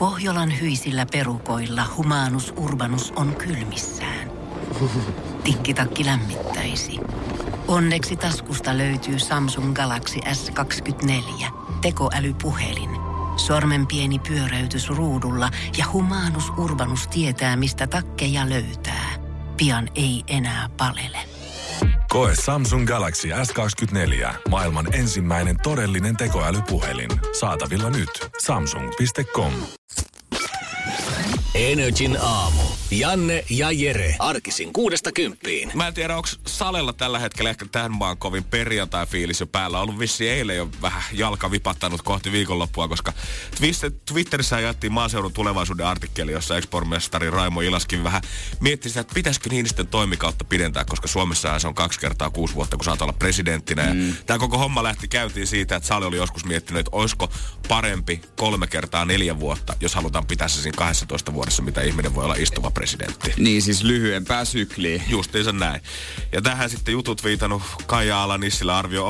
Pohjolan hyisillä perukoilla Humanus Urbanus on kylmissään. Tikkitakki lämmittäisi. Onneksi taskusta löytyy Samsung Galaxy S24. Tekoälypuhelin. Sormen pieni pyöräytys ruudulla ja Humanus Urbanus tietää, mistä takkeja löytää. Pian ei enää palele. Koe Samsung Galaxy S24. Maailman ensimmäinen todellinen tekoälypuhelin. Saatavilla nyt. Samsung.com. NRJ:n aamu. Janne ja Jere. Arkisin 6–10. Mä en tiedä, onko Salella tällä hetkellä ehkä tämän maan kovin perjantai-fiilis jo päällä. On ollut vissiin eilen jo vähän jalka vipattanut kohti viikonloppua, koska Twitterissä jaettiin maaseudun tulevaisuuden artikkeli, jossa ex-pormestari Raimo Ilaskivi vähän mietti sitä, että pitäisikö Niinistön toimikautta pidentää, koska Suomessa se on 2 kertaa 6 vuotta, kun saat olla presidenttinä. Ja tämä koko homma lähti käyntiin siitä, että Sale oli joskus miettinyt, että olisiko parempi 3 kertaa 4 vuotta, jos halutaan pitää se siinä 12 vuodessa, mitä ihminen voi olla istuva presidentti. Niin, siis lyhyempää sykliä. Justiinsa näin. Ja tähän sitten jutut viitannut Kaija Ala-Nissilä arvioi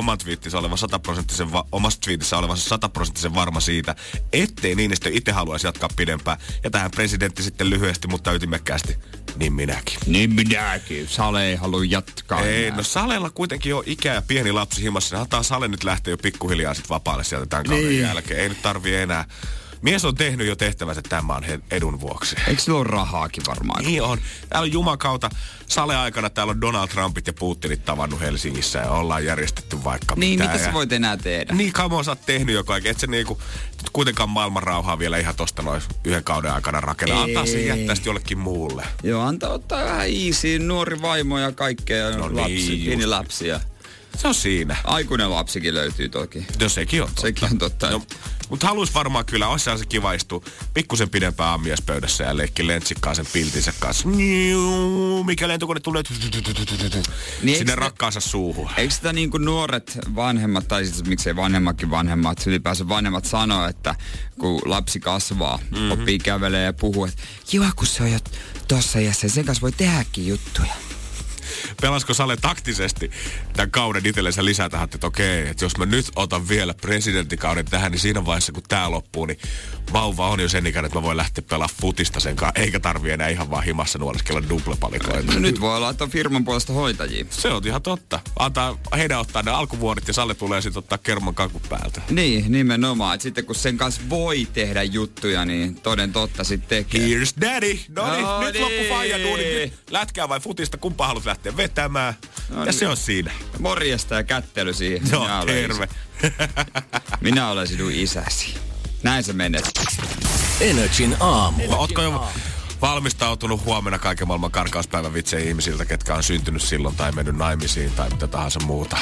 omassa twiitissä olevansa 100% varma siitä, ettei Niinistö itse haluaisi jatkaa pidempään. Ja tähän presidentti sitten lyhyesti, mutta ytimekkäästi, niin minäkin. Niin minäkin. Sale ei halua jatkaa. Ei, no Salella kuitenkin on ikä ja pieni lapsi himassa. Antaa Sale nyt lähteä jo pikkuhiljaa sitten vapaalle sieltä tämän kauden jälkeen. Ei nyt tarvii enää. Mies on tehnyt jo tehtävänsä tämän maan edun vuoksi. Eikö sillä ole rahaakin varmaan? Niin on. Täällä on jumakauta. Sale-aikana täällä on Donald Trumpit ja Putinit tavannut Helsingissä ja ollaan järjestetty vaikka niin, mitään. mitä sä voit enää tehdä? Niin, kamo, sä oot tehnyt jo kaiken. Et sä niinku kuitenkaan maailman rauhaa vielä ihan tosta noin yhden kauden aikana rakenna. Antaa sen jättää sit jollekin muulle. Joo, antaa ottaa vähän easy, nuori vaimo ja kaikkea. No lapsi, niin, pieni lapsia. Se on siinä. Aikuinen lapsikin löytyy toki. No sekin on totta. Sekin on totta. No, mutta haluais varmaan kyllä, olisi se kiva istua pikkusen pidempään aamiaispöydässä ja leikki lentsikkaa sen piltinsä kanssa. Mikä lentokone tulee niin sinne rakkaansa suuhun. Eikö sitä niin kuin nuoret vanhemmat, tai siis miksei vanhemmat, ylipäänsä vanhemmat sanoo, että kun lapsi kasvaa, oppii kävelee ja puhuu, että kiva kun se on jo tossa iässä, sen kanssa voi tehdäkin juttuja. Pelasko Sale taktisesti tämän kauden itsellensä lisää tähän, että okei, että jos mä nyt otan vielä presidenttikauden tähän, niin siinä vaiheessa kun tää loppuu, niin vauva on jo sen ikäinen, että mä voin lähteä pelaamaan futista sen kanssa, eikä tarvii enää ihan vaan himassa nuoleskella duplepalikoita. No nyt voi laittaa firman puolesta hoitajia. Se on ihan totta. Antaa heidän ottaa ne alkuvuodet ja Sale tulee sitten ottaa kerman kakun päältä. Niin, nimenomaan. Että sitten kun sen kanssa voi tehdä juttuja, niin toden totta sitten tekee. Here's daddy! No niin, nyt loppu faija duuni. Lätkää vai futista, kumpaa haluat lähteä vetämään. No, ja se on siinä. Morjesta ja kättely siihen. No, terve. Minä olen sinun isäsi. Näin se menee. NRJ:n aamu. Ootko jo valmistautunut huomenna kaiken maailman karkauspäivän vitsejä ihmisiltä, ketkä on syntynyt silloin tai mennyt naimisiin tai mitä tahansa muuta?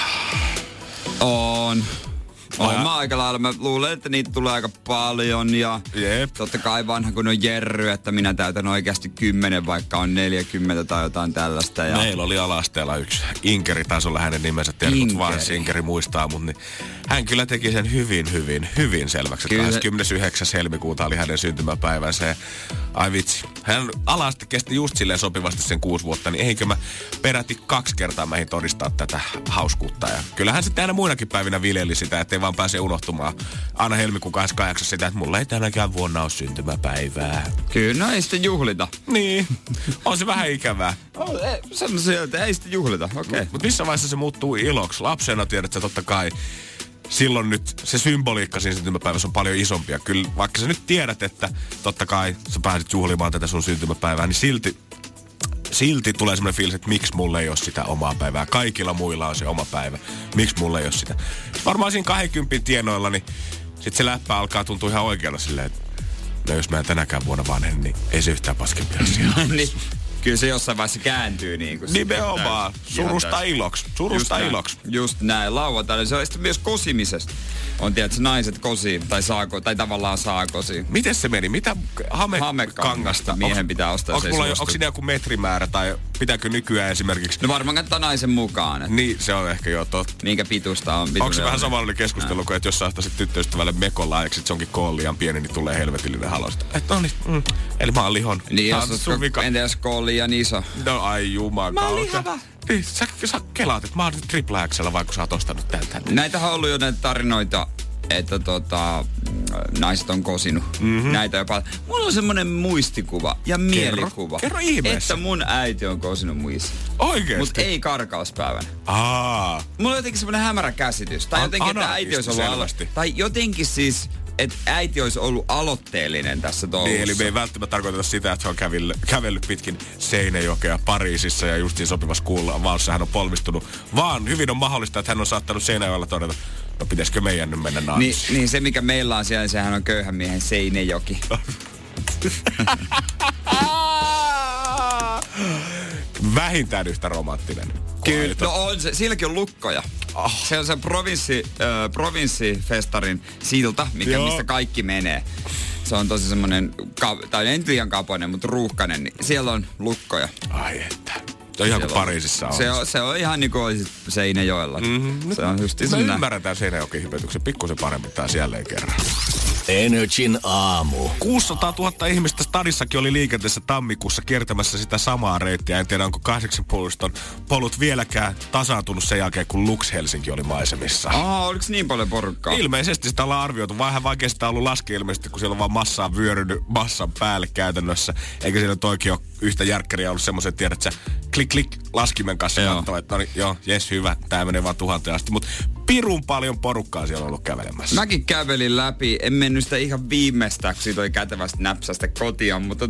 On mä aika lailla. Mä luulen, että niitä tulee aika paljon ja totta kai vanha kun on Jerry, että minä täytän oikeasti 10, vaikka on 40 tai jotain tällaista. Ja meillä oli ala-asteella yksi Inkeri, taisi olla hänen nimensä, tiedät, vaan Inkeri muistaa, mutta niin, hän kyllä teki sen hyvin selväksi. 29. helmikuuta oli hänen syntymäpäivänsä ja ai vitsi. Hän ala-aste kesti just silleen sopivasti sen 6 vuotta, niin eikä mä peräti 2 kertaa mähin todistaa tätä hauskuutta. Ja kyllähän sitten aina muinakin päivinä viljeli sitä, ettei vaan pääse unohtumaan aina helmikuun 28 sitä, että mulla ei tänäkään vuonna ole syntymäpäivää. Kyllä, no ei sitten juhlita. Niin, on se vähän ikävää. Sano sieltä, ei sitten juhlita, okei. Okay. Mutta missä vaiheessa se muuttuu iloksi? Lapsena tiedät sä totta kai, silloin nyt se symboliikka siinä syntymäpäivässä on paljon isompia. Kyllä, vaikka sä nyt tiedät, että totta kai sä pääsit juhlimaan tätä sun syntymäpäivää, niin silti tulee semmoinen fiilis, että miksi mulla ei ole sitä omaa päivää. Kaikilla muilla on se oma päivä. Miksi mulla ei ole sitä? Varmaan siinä 20 tienoilla, niin sit se läppä alkaa tuntua ihan oikealla silleen, että no jos mä en tänäkään vuonna vanhen, niin ei se yhtään paskempi asia. Niin. Kyllä se jossain vaiheessa kääntyy niin kuin. Nimenomaan. Surusta iloksi. Surusta iloksi. Just näin. Lauantaina. Se on sitten myös kosimisesta. On tietysti naiset kosi tai tavallaan saa kosi. Miten se meni? Mitä hamekangasta? Miehen pitää ostaa se suostunut. Onko siinä joku metrimäärä tai pitääkö nykyään esimerkiksi? No varmaan kannattaa naisen mukaan. Että niin, se on ehkä jo totta. Minkä pituista on. Onko se vähän samanlainen keskustelu kuin, että jos sä ostaisit tyttöystävälle mekolla, ja sit se onkin koon liian pieni, niin tulee helvetillinen halosta. Että no niin, eli mä oon lihon. Niin, entä jos koon liian iso? No ai jumakauta. Mä oon lihava. Niin, sä kelaat, että mä oon triple X:llä, vaikka sä oot ostanut tältä. Näitähän on ollut jo näitä tarinoita, että naiset on kosinut. Näitä jopa. Mulla on semmonen muistikuva ja mielikuva. Kerro ihmeessä. Että mun äiti on kosinut muissa. Oikeesti? Mut ei karkauspäivänä. Mulla on jotenkin semmonen hämärä käsitys. Tai jotenkin, että äiti olisi ollut tai jotenkin siis, että äiti olisi ollut aloitteellinen tässä touhussa. Niin, eli me ei välttämättä tarkoiteta sitä, että hän on kävellyt pitkin Seinäjokea Pariisissa ja justiin sopivassa kuulla valssa hän on polvistunut. Vaan hyvin on mahdollista, että hän on saattanut Seinäjoella todeta, no pitäisikö meidän nyt mennä naimisiin. Niin se mikä meillä on siellä, sehän on köyhän miehen Seinäjoki. Vähintään yhtä romanttinen. Kyllä, no on se. Silläkin on lukkoja. Se on se provinssifestarin silta, mistä kaikki menee. Se on tosi semmonen, tai ei nyt liian kapoinen, mutta ruuhkainen, niin siellä on lukkoja. Ai että. Se on ihan kuin Pariisissa on. Se on ihan niin kuin olisit Seinäjoella. Se on just mä ymmärrän tämän Seinäjoki-hypetyksen pikkusen paremmin taas jälleen kerran. NRJ:n aamu. 600 000 ihmistä stadissakin oli liikenteessä tammikuussa kiertämässä sitä samaa reittiä. En tiedä, onko 8 puoluston polut vieläkään tasaantunut sen jälkeen, kun Lux Helsinki oli maisemissa. Oliko niin paljon porukkaa? Ilmeisesti sitä ollaan arvioitu. Vähän vaikea sitä ollut laskea ilmeisesti, kun siellä on vaan massaa vyörynyt massan päälle käytännössä. Eikä siellä toikin ole yhtä järkkäriä ollut semmoisen, tiedät sä, klik laskimen kanssa katsoa, että no niin, joo, jes hyvä, tää menee vaan 1000 asti. Mutta pirun paljon porukkaa siellä on ollut kävelemässä. Mäkin kävelin läpi, en mennyt sitä ihan viimeistä, kun siitä oli kätevästi näpsästä kotia, mutta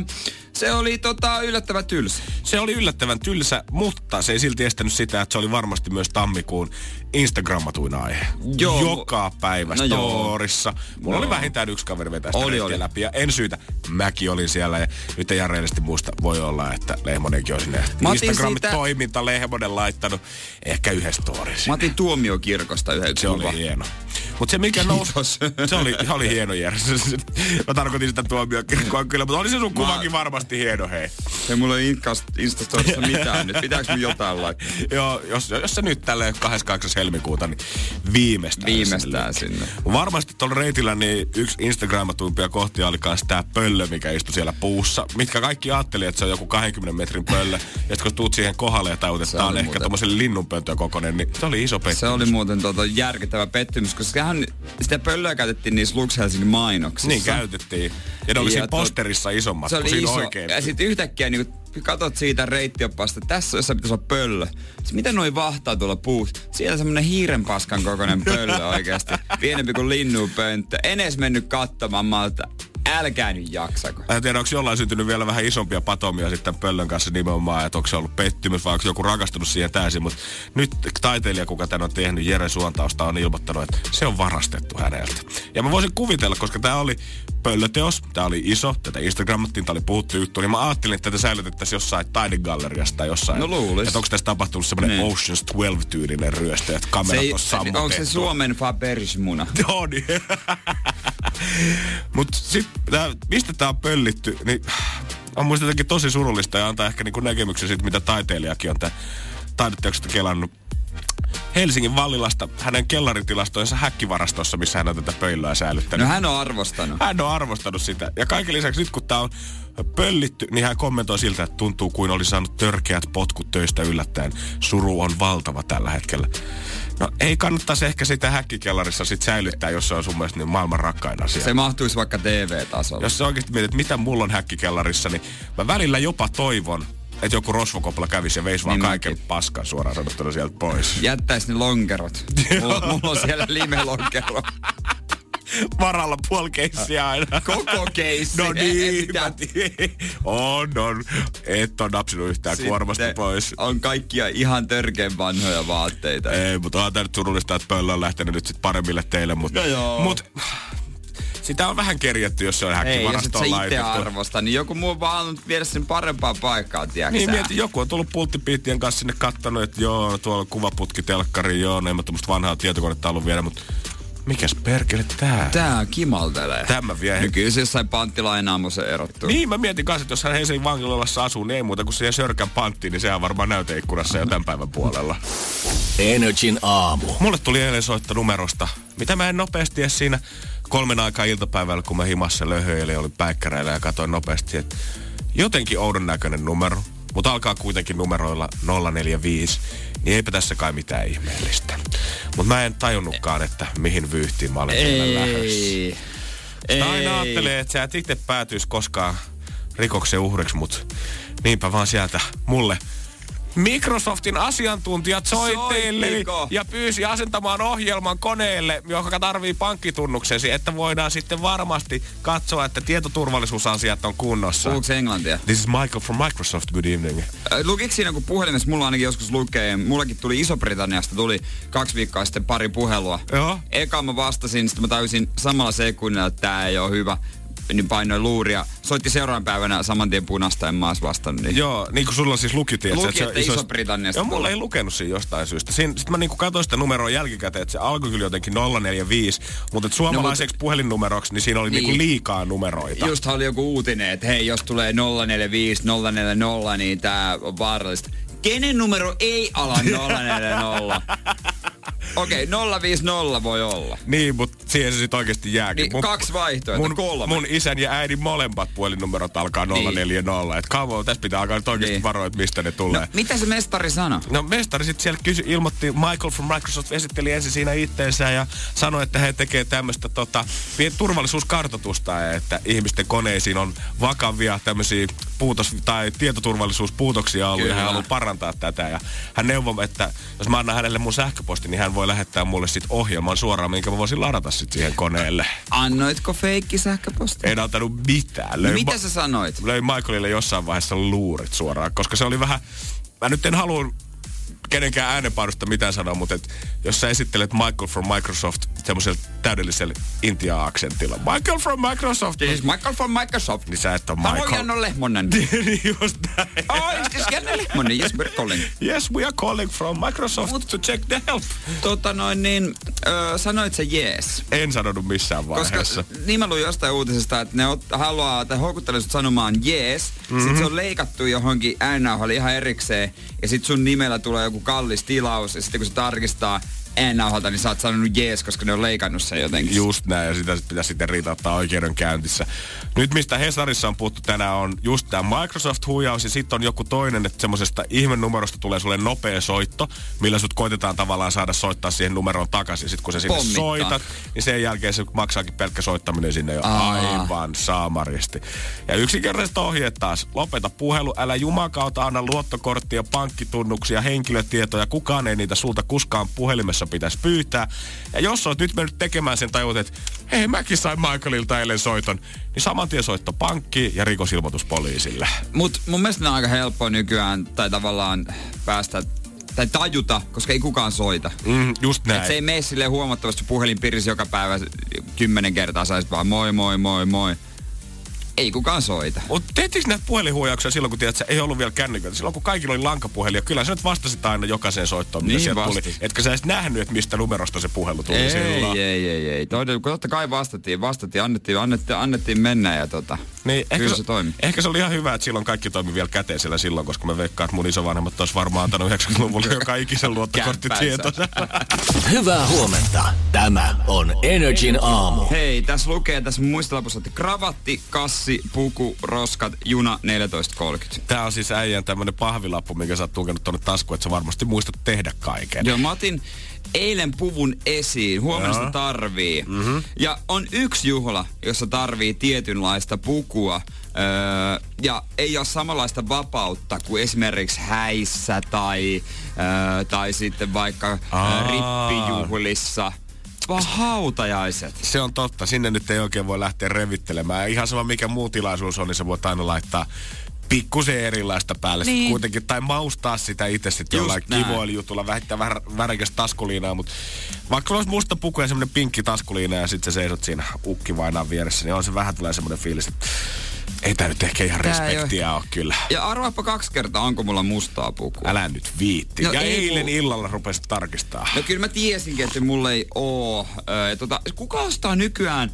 se oli yllättävän tylsä. Se oli yllättävän tylsä, mutta se ei silti estänyt sitä, että se oli varmasti myös tammikuun Instagrammatuin aihe. Joo. Joka päivä storissa. Mulla oli vähintään yksi kaveri vetää sitä läpi ja en syytä. Mäkin olin siellä ja nyt ei järjellisesti muista voi olla, että Lehmonenkin on sinne Instagramin toiminta Lehmonen laittanut ehkä yhden storissa. Mä otin Tuomiokirkosta yhden kuvan. Se oli hieno. Mutta se mikä nousi, se oli hieno järjestys. Mä tarkoitin sitä Tuomiokirkkoa kyllä, mutta oli se sun kuvakin varmasti hieno, hei. Ei mulla ei Instastorissa mitään nyt. Pitääkö mun jotain laittaa? Joo, jos se nyt tälleen 28. helmikuuta, niin viimeistään sinne. Varmasti tuolla reitillä niin yksi Instagramatuimpia kohtia oli kans tää pöllö, mikä istui siellä puussa. Mitkä kaikki ajatteli, että se on joku 20 metrin pöllö. Ja kun tuut siihen kohdalle ja tautetaan ehkä tommoselle linnunpöntöä kokoinen, niin se oli iso pettymys. Se oli muuten järkyttävä pettymys, koska sitä pöllöä käytettiin niissä Lux Helsingin mainoksissa. Niin käytettiin. Ja ne oli siinä posterissa isommat kuin siinä oikein. Ja sit yhtäkkiä niin katot siitä reittioppaasta, tässä jossa pitäisi olla pöllö. Sitten miten noi vahtaa tuolla puut? Siellä on semmonen hiirenpaskan kokoinen pöllö oikeasti. Pienempi kuin linnunpönttö. En edes mennyt katsomaan malta. Älkää nyt jaksako. En tiedä, onko jollain syntynyt vielä vähän isompia patomia sitten pöllön kanssa nimenomaan, että onko se ollut pettymys vai onko joku rakastunut siihen täysin. Mutta nyt taiteilija, kuka tän on tehnyt, Jere Suontausta, on ilmoittanut, että se on varastettu häneltä. Ja mä voisin kuvitella, koska tää oli pöllöteos, tää oli iso, tätä Instagrammattiin, tää oli puhuttu juttu, niin mä ajattelin, että tätä säilytettäisiin jossain taidegalleriassa tai jossain. No luulis. Että onko tässä tapahtunut semmoinen Ocean's 12-tyylinen ryöstö, että kamerat on sammutettu. Onko se Suomen Faberge-muna? Joo, niin. Mut sit, mistä tää on pöllitty, niin on muista jotenkin tosi surullista ja antaa ehkä niinku näkemyksen siitä, mitä taiteilijakin on tää taideteoksesta kelannut. Helsingin Vallilasta hänen kellaritilastojensa häkkivarastossa, missä hän on tätä pöllöä säilyttänyt. No hän on arvostanut. Hän on arvostanut sitä. Ja kaiken lisäksi nyt kun tää on pöllitty, niin hän kommentoi siltä, että tuntuu kuin olisi saanut törkeät potkut töistä yllättäen. Suru on valtava tällä hetkellä. No ei kannattaisi ehkä sitä häkkikellarissa sit säilyttää, jos se on sun mielestä niin maailman rakkain asia. Se mahtuisi vaikka TV-tasolla. Jos sä oikeasti mietit, mitä mulla on häkkikellarissa, niin mä välillä jopa toivon, että joku rosvokopla kävisi ja veisi vaan kaiken paskan suoraan sanottuna sieltä pois. Jättäis ne lonkerot. Mulla on siellä limelonkero. Varalla puoli keissiä aina. Koko keissi. No niin, on. Et on napsinut yhtään kuormasta pois. On kaikkia ihan törkeen vanhoja vaatteita. Ei, mutta onhan tää nyt surullista, että pöllö on lähtenyt nyt sit paremmille teille. Mut sitä on vähän kerjätty, jos se on häkkivarastoon laitettu. Ei, jos et sä itse arvosta, niin joku muu on vaan halunnut viedä sen parempaan paikkaan, tiedätkö niin, mieti, joku on tullut pulttipiittien kanssa sinne kattonut, että joo, tuolla on kuvaputkitelkkari, joo, no ei mä tämmöstä vanhaa tietokonetta ollut vielä, mutta mikäs perkele tää? Tää kimaltelee. Tämä vie. No kyllä se jossain panttilainaamassa erottuu. Niin, mä mietin kanssa, että jos hän Helsingin vankilassa asuu, niin ei muuta kuin siihen Sörkän panttiin, niin sehän on varmaan näyteikkunassa jo tämän päivän puolella. NRJ:n aamu. Mulle tuli eilen soittonumerosta, mitä mä en nopeasti edes siinä 3 aikaa iltapäivällä, kun mä himassa löhöilin, olin päikkäreillä ja katsoin nopeasti, että jotenkin oudon näköinen numero. mutta alkaa kuitenkin numeroilla 045, niin eipä tässä kai mitään ihmeellistä. Mutta mä en tajunnutkaan, että mihin vyyhtiin mä olen siellä lähdössä. Sitä aina ajattelee, että sä et itse päätyisi koskaan rikoksen uhriksi, mutta niinpä vaan sieltä mulle Microsoftin asiantuntijat soitteli ja pyysi asentamaan ohjelman koneelle, joka tarvii pankkitunnuksensi, että voidaan sitten varmasti katsoa, että tietoturvallisuusasiat on kunnossa. Puhuuko englantia? This is Michael from Microsoft, good evening. Lukitko siinä, kun puhelimessa mulla ainakin joskus lukee, mullakin tuli Iso-Britanniasta, tuli 2 viikkoa sitten pari puhelua. Joo. Eka mä vastasin, sitten mä tajusin samalla sekunnilla, että tää ei ole hyvä. Niin painoin luuria. Soitti seuraavan päivänä saman tien punasta, en mä ois vastannut. Niin. Joo, niin kuin sulla on siis luki, että Iso-Britanniasta. Joo, mulla ei lukenut siinä jostain syystä. Sitten mä niinku katsoin sitä numeroa jälkikäteen, että se alkoi kyllä jotenkin 045, mutta suomalaiseksi puhelinnumeroksi, niin siinä oli niinku liikaa numeroita. Justhan oli joku uutinen, että hei, jos tulee 045, 040, niin tää on vaarallista. Kenen numero ei ala 040? Okei, 050 voi olla. Niin, mutta siihen se sit oikeesti jääkin. Niin, 2 vaihtoehtoa, 3. Mun isän ja äidin molemmat puhelinnumerot alkaa 040. Että kauan tässä pitää alkaa nyt oikeesti varoa, että mistä ne tulee. No, mitä se mestari sanoi? No mestari sit siellä ilmoitti, Michael from Microsoft esitteli ensin siinä itteensä ja sanoi, että he tekee tämmöistä turvallisuuskartoitusta, että ihmisten koneisiin on vakavia tämmöisiä tai tietoturvallisuuspuutoksia ollut. Kyllä. Ja hän haluaa parantaa tätä. Ja hän neuvoi, että jos mä annan hänelle mun sähköpostin, niin hän voi lähettää mulle sit ohjelman suoraan, minkä mä voisin ladata sit siihen koneelle. Annoitko feikki sähköpostia? En antanut mitään. Mitä sä sanoit? Löin Michaelille jossain vaiheessa luurit suoraan, koska se oli vähän... Mä nyt en halua kenenkään äänenpainusta mitään sanoa, mutta jos sä esittelet Michael from Microsoft semmoisella täydellisellä Intia-aksentilla. Michael from Microsoft. Siis Michael from Microsoft. Niin sä et ole Michael. Hello, Janno Lehmonen. Niin just näin. Oh, is this Janno Lehmonen? Yes, we're calling. Yes, we are calling from Microsoft to check the help. Sanoit sä yes? En sanonut missään vaiheessa. Koska niin mä luin jostain uutisesta, että ne haluaa tai houkuttelee sut sanomaan yes. Sitten se on leikattu johonkin äänenauhalle ihan erikseen. Ja sit sun nimellä tulee joku kallis tilaus. Ja sitten kun se tarkistaa äänenauhalta, niin sä oot sanonut jees, koska ne on leikannut sen jotenkin. Just näin, ja sitä pitäisi sitten riitauttaa oikeudenkäyntissä. Nyt mistä Hesarissa on puhuttu tänään on just tää Microsoft-huijaus, ja sitten on joku toinen, että semmosesta ihmenumerosta tulee sulle nopea soitto, millä sut koitetaan tavallaan saada soittaa siihen numeroon takaisin. Sitten kun sä sinne soitat, niin sen jälkeen se maksaakin pelkkä soittaminen sinne jo aivan saamaristi. Ja yksinkertaiset ohjeet taas. Lopeta puhelu, älä jumakauta anna luottokorttia, pankkitunnuksia, henkilötietoja. Kukaan ei niitä sulta kuskaan puhelimessa pitäisi pyytää. Ja jos oot nyt mennyt tekemään sen tajut, että hei, mäkin sain Michaelilta eilen soiton, niin saman tien soitto pankkiin ja rikosilmoitus poliisille. Mut mun mielestä on aika helppoa nykyään, tai tavallaan päästä tai tajuta, koska ei kukaan soita. Just näin. Et se ei mene silleen huomattavasti puhelin pirisi joka päivä 10 kertaa, saisi vaan moi moi moi moi. Ei kukaan soita. Mutta teettekö näitä puhelinhuijauksia silloin, kun tiedät, että ei ollut vielä kännyköitä? Silloin, kun kaikilla oli lankapuhelin, ja kyllä sä nyt vastasit aina jokaiseen soittoon, mitä sieltä tuli. Etkä sä edes nähnyt, että mistä numerosta se puhelu tuli silloin. Ei. Totta kai vastattiin, annettiin mennä ja niin, kyllä se toimi. Ehkä se oli ihan hyvä, että silloin kaikki toimi vielä käteisellä silloin, koska mä veikkaan, että mun isovanhemmat olisi varmaan antanut 90-luvulla joka ikisen luottokorttitietonsa. Hyvää huomenta. Tämä on Energin aamu. Hei, tässä lukee tässä muistilapussa, että kravatti, kassi, puku, roskat, juna 14.30. Tää on siis äijän tämmönen pahvilappu, minkä sä oot tunkenut tonne taskuun, että sä varmasti muistat tehdä kaiken. Joo, mä otin eilen puvun esiin. Huomenna sitä tarvii. Ja on yksi juhla, jossa tarvii tietynlaista pukua. Ja ei ole samanlaista vapautta kuin esimerkiksi häissä tai sitten vaikka rippijuhlissa. Vaan hautajaiset. Se on totta. Sinne nyt ei oikein voi lähteä revittelemään. Ihan sama mikä muu tilaisuus on, niin sä voit aina laittaa pikkusen erilaista päälle niin. Kuitenkin. Tai maustaa sitä itse sitten jollain kivoilla jutulla. Vähittää vähän värikästä taskuliinaa. Mutta vaikka olisi musta puku ja semmonen pinkki taskuliina ja sitten sä seisot siinä ukkivainaan vieressä, niin on se vähän tulee semmonen fiilis, että ei tää nyt ehkä ihan respektiä ole kyllä. Ja arvaappa 2 kertaa, onko mulla mustaa pukua. Älä nyt viitti. No ja eilen illalla rupesit tarkistaa. No kyllä mä tiesinkin, että mulla ei oo. Kuka ostaa nykyään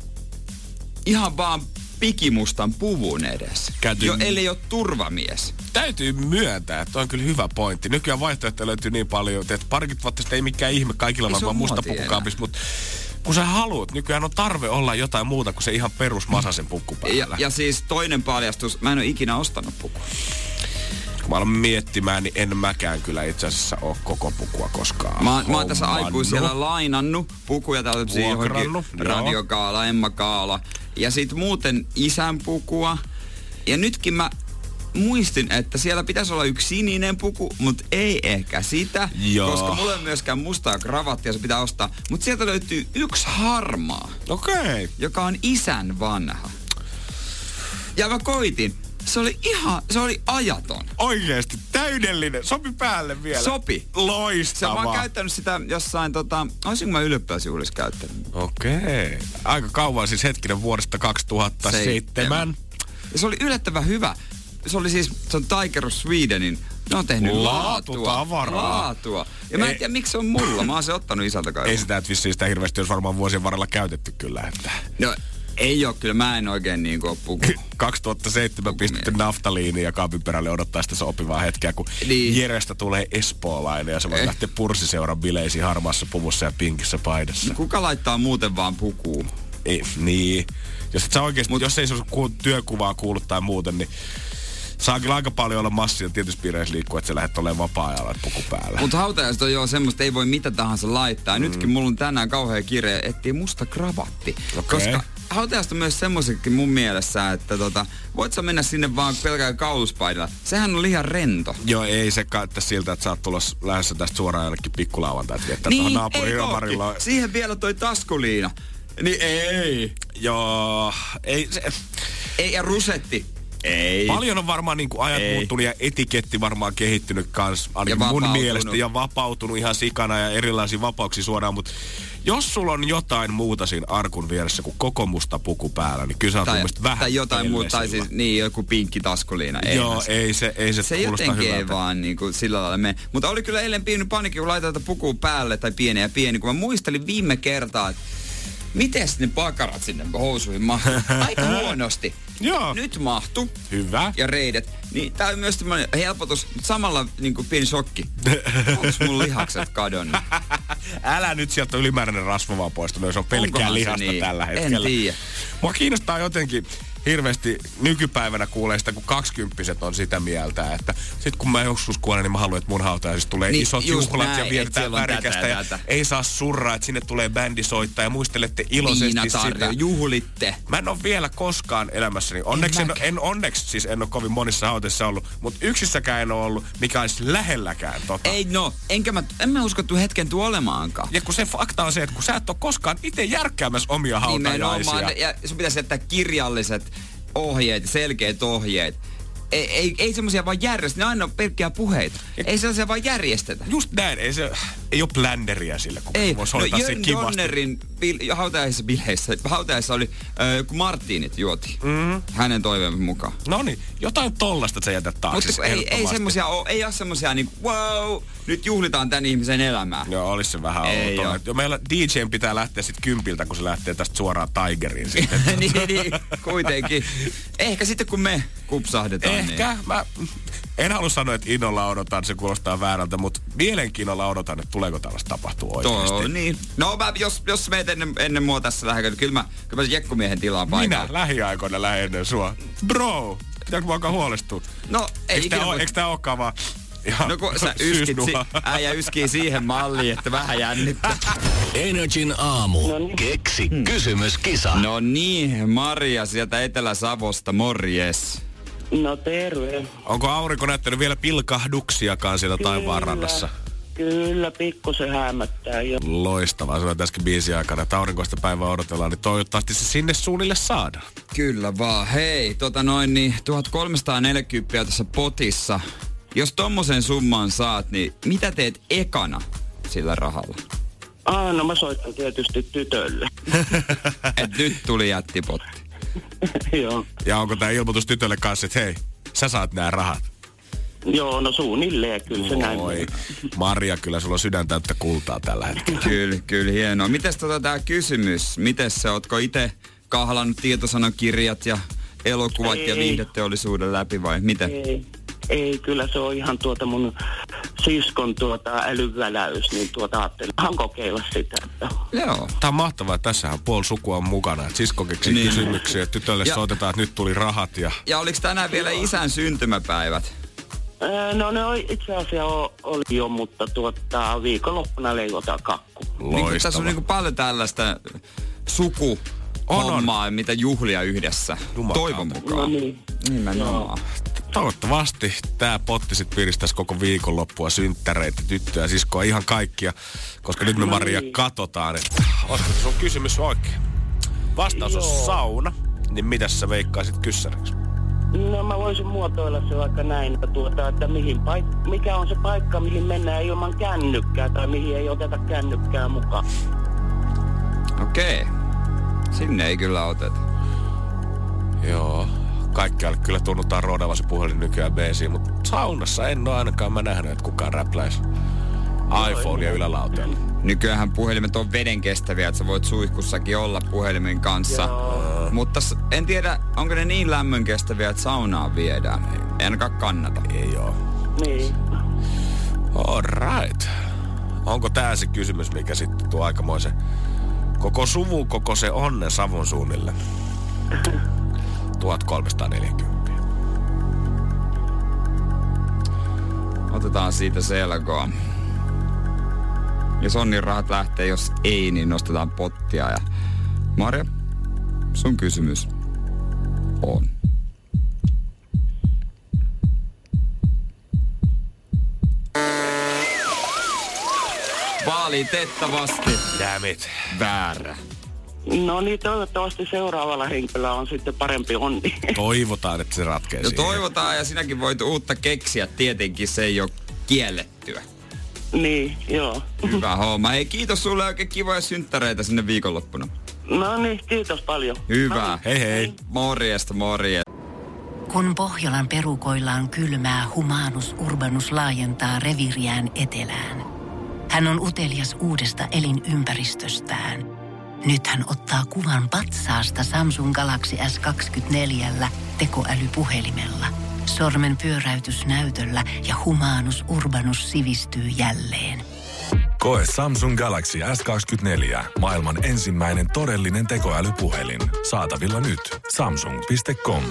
ihan vaan pikimustan puvun edes? Ellei ole turvamies. Täytyy myöntää, että on kyllä hyvä pointti. Nykyään vaihtoehtoja löytyy niin paljon, että parikymmentä vuotta sitten ei mikään ihme kaikilla vaan musta pukukaapissa, mutta kun sä haluat, nykyään on tarve olla jotain muuta kuin se ihan perus masasen pukku päällä. Ja siis toinen paljastus, mä en ole ikinä ostanut pukua. mä aloin miettimään, niin en mäkään kyllä itse asiassa ole koko pukua koskaan. Mä oon tässä aikuisella lainannut pukuja tällaisia johonkin radiokaala, Emma-kaala. Ja sit muuten isän pukua. Ja nytkin mä muistin, että siellä pitäisi olla yksi sininen puku, mutta ei ehkä sitä. Joo. Koska mulla ei ole myöskään mustaa kravattia, se pitää ostaa. Mutta sieltä löytyy yksi harmaa. Okei. Joka on isän vanha. Ja mä koitin. Se oli ajaton. Oikeesti, täydellinen. Sopi päälle vielä. Sopi. Loistavaa. Mä oon käyttänyt sitä jossain, olisinko mä ylioppilasjuhlissa käyttänyt. Okei. Aika kauan siis hetkinen vuodesta 2007. Ja se oli yllättävän hyvä. Se on Tiger of Swedenin. Ne on tehnyt laatua. Ja mä en tiedä, miksi se on mulla. Mä oon se ottanut isältä kai. Ei sitä, vissiin sitä hirveästi olisi varmaan vuosien varrella käytetty kyllä. Että. No, ei oo kyllä. Mä en oikein niinku oo puku. 2007 pistetty naftaliiniin ja kaapin perälle odottaa sitä sopivaa hetkeä, kun Jerestä tulee espoolainen ja se voi lähteä purssiseuran bileisiin harmaassa puvussa ja pinkissä paidassa. No, kuka laittaa muuten vaan pukuun? Ei, niin. Jos ei se työkuvaa kuulu tai muuten, niin saa kyllä aika paljon olla massia tietysti piireissä liikkua, että sä lähdet olemaan vapaa-ajalla puku päällä. Mutta hautajaiset on semmoista, ei voi mitä tahansa laittaa. Nytkin mulla on tänään kauhea kirja, etsii musta kravatti. Okay. Koska hautajaiset on myös semmoisetkin mun mielessä, että voit sä mennä sinne vaan pelkään kauluspaidalla. Sehän on liian rento. Joo, ei se käyttä siltä, että sä oot tulossa lähdössä tästä suoraan jollekin pikkulauantaita viettää tuohon naapuriromarilla. Siihen vielä toi taskuliina. Niin ei. Joo, ei se. Ei, ja rusetti. Ei. Paljon on varmaan niin kuin ajat muuttunut ja etiketti varmaan kehittynyt kans, ainakin mun mielestä, ja vapautunut ihan sikana ja erilaisia vapauksia suoraan, mutta jos sulla on jotain muuta siinä arkun vieressä kuin koko musta puku päällä, niin kyllä sä oot mun mielestä vähän tai jotain muuta, tai siis joku pinkki taskuliina. Joo, ei se kuulosta jotenkin hyvältä. Ei vaan niinku sillä lailla mene. Mutta oli kyllä eilen pieni paniikki, kun laitoin tätä pukua päälle, tai pieni, kun mä muistelin viime kertaa, että mites ne pakarat sinne housuihin mahtuu? Aika huonosti. Joo. Nyt mahtu. Hyvä. Ja reidet. Niin tää on myös tämmönen helpotus. Samalla niinku pieni shokki. Onks mun lihakset kadonnut? Älä nyt sieltä ylimääräinen rasva vaan poistunut, se on pelkkää lihasta niin? Tällä hetkellä. En tiedä. Mua kiinnostaa jotenkin hirveästi nykypäivänä kuulee sitä, kun 20-vuotiaat on sitä mieltä, että sit kun mä joskus kuolen, niin mä haluan, että mun hautajaisissa tulee niin, isot juhlat näin, ja vietetään värikästä ja ei saa surraa, että sinne tulee bändi soittaa ja muistelette iloisesti sitä. Juhlitte. Mä en ole vielä koskaan elämässäni, onneksi en ole kovin monissa hautajaisissa ollut, mutta yksissäkään en ole ollut, mikä olisi lähelläkään Ei en mä uskottu hetken tuo olemaankaan. Ja kun se fakta on se, että kun sä et ole koskaan itse järkkäämässä omia hautajaisia. Ja sun pitäisi jättää kirjalliset ohjeet, selkeät ohjeet. Ei semmosia vaan järjestetä, ne aina on pelkkiä puheita. Ei sellaisia vaan järjestetä. Just näin, ei ole bländeria sillä, kun voisi hoitaa sen kivasti. Donnerin hautajaisissa oli, kun Martinit juoti. Hänen toiveen mukaan. Noniin, jotain tollasta, että sä jätät taakse. Mutta ei semmosia ei ole semmosia niinku, wow, nyt juhlitaan tän ihmisen elämää. Joo, olis se vähän ollut. Jo, meillä DJ:n pitää lähteä sit 10 kun se lähtee tästä suoraan Tigeriin sitten. niin, kuitenkin. Ehkä sitten kun me kupsahdetaan. Ehkä. Niin. Mä en halua sanoa, että innolla odotan, se kuulostaa väärältä, mutta mielenkiinnolla odotan, että tuleeko tällaista tapahtua oikeasti. Niin. No jos meet ennen mua tässä lähdetään, kyllä mä jekkumiehen tilaan paikalla. Minä lähiaikoina lähden ennen sua. Bro, pitääkö mä alkaa huolestua? No ei Eikö tää olekaan vaan ihan no kun sä äijä yskii siihen malliin, että vähän jännittää. Energin aamu. Keksi kysymyskisa. No niin, Maria sieltä Etelä-Savosta, morjes. No terve. Onko aurinko näyttänyt vielä pilkahduksiakaan siellä taivaanrannassa? Kyllä, pikkusen hämättää jo. Loistavaa, sanoin äsken biisin aikana, että aurinkoista päivää odotellaan, niin toivottavasti se sinne suunnille saadaan. Kyllä vaan. Hei, 1340 tässä potissa. Jos tommosen summan saat, niin mitä teet ekana sillä rahalla? No mä soitan tietysti tytölle. Et nyt tuli jättipotti. Joo. Ja onko tää ilmoitus tytölle kanssa, että hei, sä saat nää rahat? Joo, no suunnilleen, kyllä se näin. Maria, kyllä sulla on sydän täyttä kultaa tällä hetkellä. Kyllä, hienoa. Mites tää kysymys? Mites se, ootko ite kahlannut tietosanakirjat ja elokuvat ja viihdeteollisuuden läpi vai miten? Ei, kyllä se on ihan mun siskon älyväläys, niin ajattelin kokeilla sitä. Että. Joo. Tää on mahtavaa, että tässähän puoli sukua on mukana. Että sisko keksii kysymyksiä, tytölle soitetaan, että nyt tuli rahat. Ja oliks tänään vielä isän syntymäpäivät? No ne itse asiassa oli jo, mutta viikonloppuna leivotaan kakku. Niin, tässä on niin paljon tällaista sukuhommaa, mitä juhlia yhdessä. Toivon mukaan. No niin. Nimenomaan. Toivottavasti tää potti sit piristäisi koko viikonloppua, synttäreitä, tyttöjä, siskoa, ihan kaikkia. Koska nyt me Maria katsotaan, että olisiko se sun kysymys oikein. Vastaus on sauna, niin mitäs sä veikkaisit kyssäriksi? No mä voisin muotoilla se vaikka näin, että mikä on se paikka, mihin mennään ilman kännykkää tai mihin ei oteta kännykkää mukaan. Okei. Sinne ei kyllä oteta. Joo. Kaikkialle kyllä tunnutaan roodaava se puhelin nykyään beesiin, mutta saunassa en ole ainakaan mä nähnyt, että kukaan räpläisi iPhonea ylälauteella. Nykyäänhän puhelimet on vedenkestäviä, että sä voit suihkussakin olla puhelimen kanssa. Joo. Mutta en tiedä, onko ne niin lämmönkestäviä, että saunaan viedään. Ei ainakaan kannata. Ei oo. Niin. All right. Onko tää se kysymys, mikä sitten tuo aikamoisen koko suvun, koko se onnen savun suunnille? 1340. Otetaan siitä selkoa. Jos onnin rahat lähtee, jos ei, niin nostetaan pottia. Ja Marja, sun kysymys on. Valitettavasti. Damn it. Väärä. No niin, toivottavasti seuraavalla henkilöllä on sitten parempi onni. Toivotaan, että se ratkee siihen. Toivotaan, ja sinäkin voit uutta keksiä. Tietenkin se ei ole kiellettyä. Niin, joo. Hyvä homma. Hei, kiitos sulle, oikein kivoja synttäreitä sinne viikonloppuna. No niin, kiitos paljon. Hyvä. Hei hei. Morjesta, morjesta. Kun Pohjolan perukoillaan kylmää, Humanus Urbanus laajentaa reviiriään etelään. Hän on utelias uudesta elinympäristöstään. Nyt hän ottaa kuvan patsaasta Samsung Galaxy S24 tekoälypuhelimella. Sormen pyöräytys näytöllä ja Humanus Urbanus sivistyy jälleen. Koe Samsung Galaxy S24. Maailman ensimmäinen todellinen tekoälypuhelin. Saatavilla nyt. Samsung.com.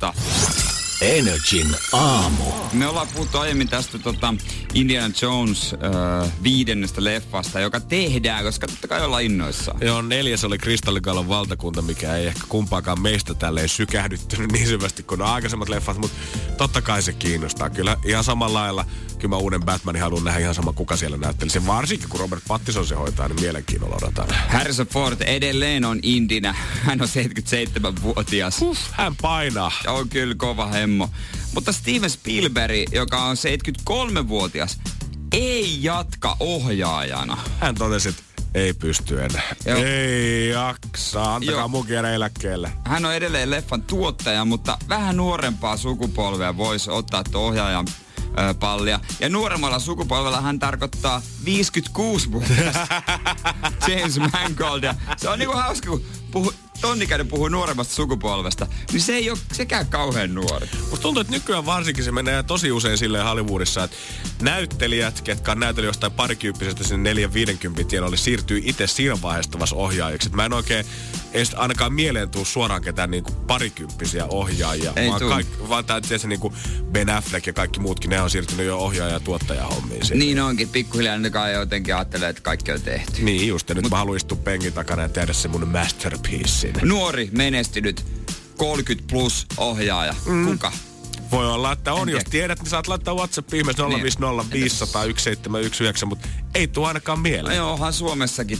Energin aamu. Me ollaan puhuttu aiemmin tästä Indiana Jones 5. leffasta, joka tehdään, koska totta kai ollaan innoissaan. Joo, 4. oli Kristallikallon valtakunta, mikä ei ehkä kumpaakaan meistä tälleen sykähdyttynyt niin syvästi kuin aikaisemmat leffat, mutta totta kai se kiinnostaa. Kyllä ihan samalla lailla, kyllä mä uuden Batmanin haluan nähdä ihan sama kuka siellä näyttelisi. Varsinkin kun Robert Pattinson se hoitaa, niin mielenkiinnolla odotan. Harrison Ford edelleen on Indinä. Hän on 77-vuotias. Hän painaa. On kyllä kova hemmo. Mutta Steven Spielberg, joka on 73-vuotias, ei jatka ohjaajana. Hän totesi, että ei pysty enää. Joo. Ei jaksa. Antakaa Joo. mun jäädä eläkkeelle. Hän on edelleen leffan tuottaja, mutta vähän nuorempaa sukupolvea voisi ottaa ohjaajan pallia. Ja nuoremmalla sukupolvella hän tarkoittaa 56-vuotias James Mangold. Se on niinku hauska, kun tonnikäinen puhuu nuoremmasta sukupolvesta, niin se ei ole sekään kauhean nuori. Musta tuntuu, että nykyään varsinkin se menee tosi usein silleen Hollywoodissa, että näyttelijät, ketkä on näytellyt jostain parikymppisestä sinne 4-50 tienoille, siirtyy itse siinä vaiheessa vasta ohjaajiksi. Mä en oikein edes ainakaan mieleen tuu suoraan ketään niinku parikymppisiä ohjaajia. Ei vaan tää tietysti niinku Ben Affleck ja kaikki muutkin, ne on siirtynyt jo ohjaaja- ja tuottajahommiin. Niin onkin, pikkuhiljaa ne kai jotenkin ajattelee, että kaikki on tehty. Niin just, ja nyt mä haluan istua penkin takana ja tehdä se mun masterpiece. Nuori, menestynyt, 30 plus ohjaaja. Kuka? Voi olla, että on. Jos tiedät, niin saat laittaa WhatsAppiin ihmeessä 050 500 1719, mutta ei tuo ainakaan mieleen. No onhan Suomessakin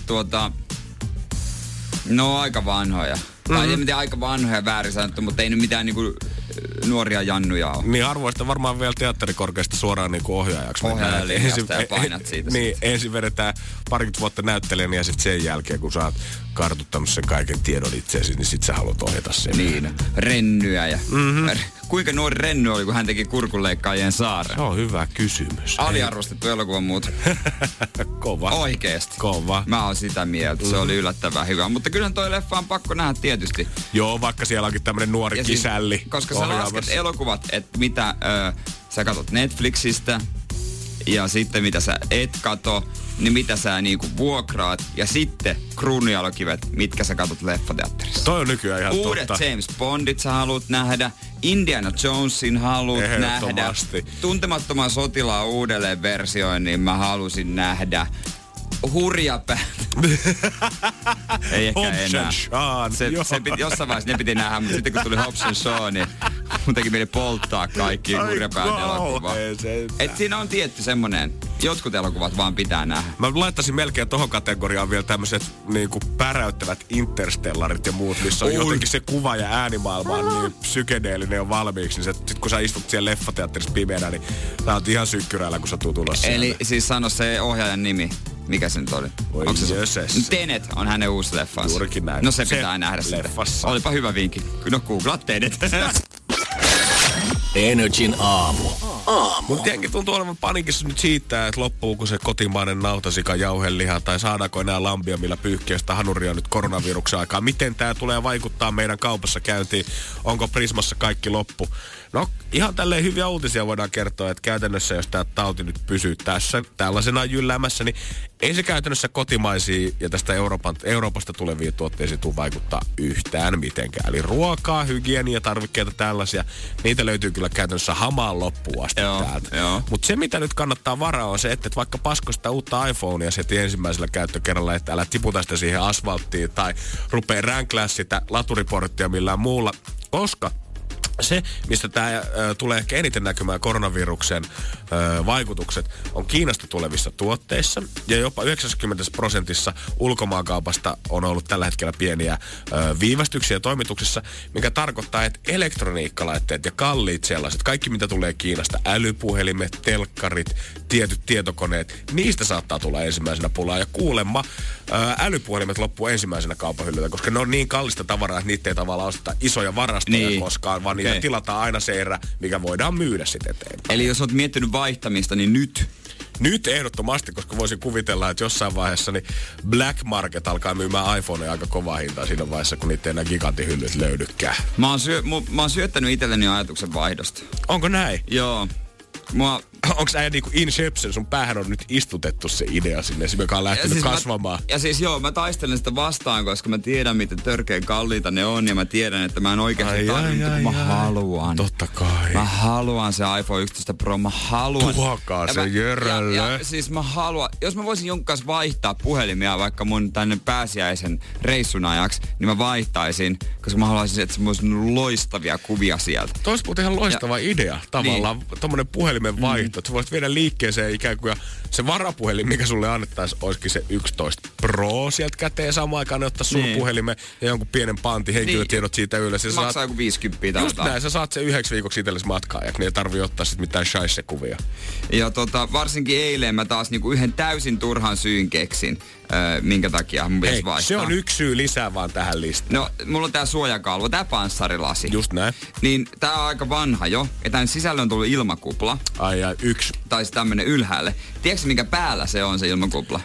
no aika vanhoja. Tai ei mitään aika vanhoja väärin sanottu, mutta ei nyt mitään niinku nuoria jannuja ole. Niin harvoista varmaan vielä teatterikorkeasta suoraan niinku ohjaajaksi. Ohjaajalinjasta ja painat siitä. Niin, ensin vedetään parikymmentä vuotta näyttelijän ja sitten sen jälkeen, kun sä oot kartuttanut sen kaiken tiedon itseesi, niin sit sä haluat ohjata sen. Niin, rennyä ja... Kuinka nuori Renny oli, kun hän teki Kurkunleikkaajien saaren? Se on hyvä kysymys. Aliarvostettu elokuva muuten. Kova. Oikeesti. Kova. Mä oon sitä mieltä. Se oli yllättävän hyvä. Mutta kyllähän toi leffa on pakko nähdä tietysti. Joo, vaikka siellä onkin tämmönen nuori kisälli. Koska sä lasket elokuvat, että mitä sä katot Netflixistä ja sitten mitä sä et kato. niin mitä sä niinku vuokraat. Ja sitten kruununjalokivet, mitkä sä katsot leffateatterissa. Toi on nykyään ihan Uudet totta. James Bondit sä haluat nähdä. Indiana Jonesin haluat nähdä. Tuntemattoman sotilaan uudelleen versioinnin mä halusin nähdä. Hurjapäät. Ei ehkä enää. Se piti, jossain vaiheessa ne piti nähdä, mutta sitten kun tuli Hobbs & Shaw, niin mun teki mieli polttaa kaikki Hurjapäät elokuvaa. Et siinä on tietty semmonen, jotkut elokuvat vaan pitää nähdä. Mä laittaisin melkein tohon kategoriaan vielä tämmöiset niinku päräyttävät interstellarit ja muut, missä on jotenkin se kuva ja äänimaailma on niin psykedeellinen jo valmiiksi. Niin sit kun sä istut siellä leffateatterissa pimeänä, niin sä oot ihan sykkyräillä, kun sä tuut ulos siellä. Eli siis sano se ohjaajan nimi. Mikä se nyt oli? Onko se? Tenet on hänen uusi leffansa. Juurikin näin. No se pitää nähdä leffassa. Sitten. Olipa hyvä vinkki. No googlaat Tenet. Energin aamu. Mutta jengi tuntuu olevan panikissa nyt siitä, että loppuuko se kotimainen nautasika jauheliha tai saadaanko enää lampia, millä pyyhkiä sitä hanuria nyt koronaviruksen aikaa. Miten tämä tulee vaikuttaa meidän kaupassa käyntiin? Onko Prismassa kaikki loppu? No ihan tälleen hyviä uutisia voidaan kertoa, että käytännössä jos tämä tauti nyt pysyy tässä tällaisena jyllämässä, niin ei se käytännössä kotimaisiin ja tästä Euroopasta tuleviin tuotteisiin tule vaikuttaa yhtään mitenkään. Eli ruokaa, hygienia, tarvikkeita tällaisia, niitä löytyy kyllä käytännössä hamaan loppuun asti täältä. Mutta se mitä nyt kannattaa varaa on se, että vaikka pasko sitä uutta iPhonea heti ensimmäisellä käyttökerralla, että älä tiputa sitä siihen asfalttiin tai rupee ränklää sitä laturiporttia millään muulla, koska se, mistä tämä tulee ehkä eniten näkymään koronaviruksen vaikutukset, on Kiinasta tulevissa tuotteissa. Ja jopa 90% ulkomaankaupasta on ollut tällä hetkellä pieniä viivästyksiä toimituksissa, mikä tarkoittaa, että elektroniikkalaitteet ja kalliit sellaiset, kaikki mitä tulee Kiinasta, älypuhelimet, telkkarit, tietyt tietokoneet, niistä saattaa tulla ensimmäisenä pulaa. Ja kuulemma älypuhelimet loppuu ensimmäisenä kaupahyllyltä, koska ne on niin kallista tavaraa, että niitä ei tavallaan osteta isoja varastoja koskaan, vaan niitä tilataan aina se erä, mikä voidaan myydä sitten eteenpäin. Eli jos olet miettinyt vaihtamista, niin nyt? Nyt ehdottomasti, koska voisin kuvitella, että jossain vaiheessa niin Black Market alkaa myymään iPhonea aika kovaa hintaa siinä vaiheessa, kun niitä ei enää gigantihyllyt löydykään. Mä oon syöttänyt itselleni ajatuksen vaihdosta. Onko näin? Joo. Onko äijä niinku Inception, sun päähän on nyt istutettu se idea sinne, joka on lähtenyt kasvamaan? Mä taistelen sitä vastaan, koska mä tiedän, miten törkeän kalliita ne on, ja mä tiedän, että mä en oikeasti tarvitse, kun mä haluan. Totta kai. Mä haluan se iPhone 11 Pro, mä haluan. Tuokaa se Jörölle. Ja siis mä haluan, jos mä voisin jonkun kanssa vaihtaa puhelimia vaikka mun tänne pääsiäisen reissun ajaksi, niin mä vaihtaisin, koska mä haluaisin, että se olisi loistavia kuvia sieltä. Tois muuten ihan loistava idea, tavallaan, tommonen puhelimen vaihto. Että sä voisit viedä liikkeeseen ikään kuin, ja se varapuhelin, mikä sulle annettaisiin, olisikin se 11 Pro sieltä käteen samaan aikaan, ne ottaa sun puhelimen ja jonkun pienen pantin henkilötiedot siitä ylös. Ja maksaa joku 50 tai just näin, sä saat sen 9 viikoksi itsellesi matkaajaksi, niin ei tarvii ottaa sit mitään shaisse-kuvia. Ja varsinkin eilen mä taas niinku yhden täysin turhan syyn keksin, minkä takia mun pitäisi vaihtaa. Se on yksi syy lisää vaan tähän listaan. No, mulla on tää suojakalvo, tää panssarilasi. Just näin. Niin tää on aika vanha jo, ja tän sisällä on tullut ilmakupla. Ai yksi. Tai tämmönen ylhäälle. Tiedätkö minkä päällä se on se ilmakupla?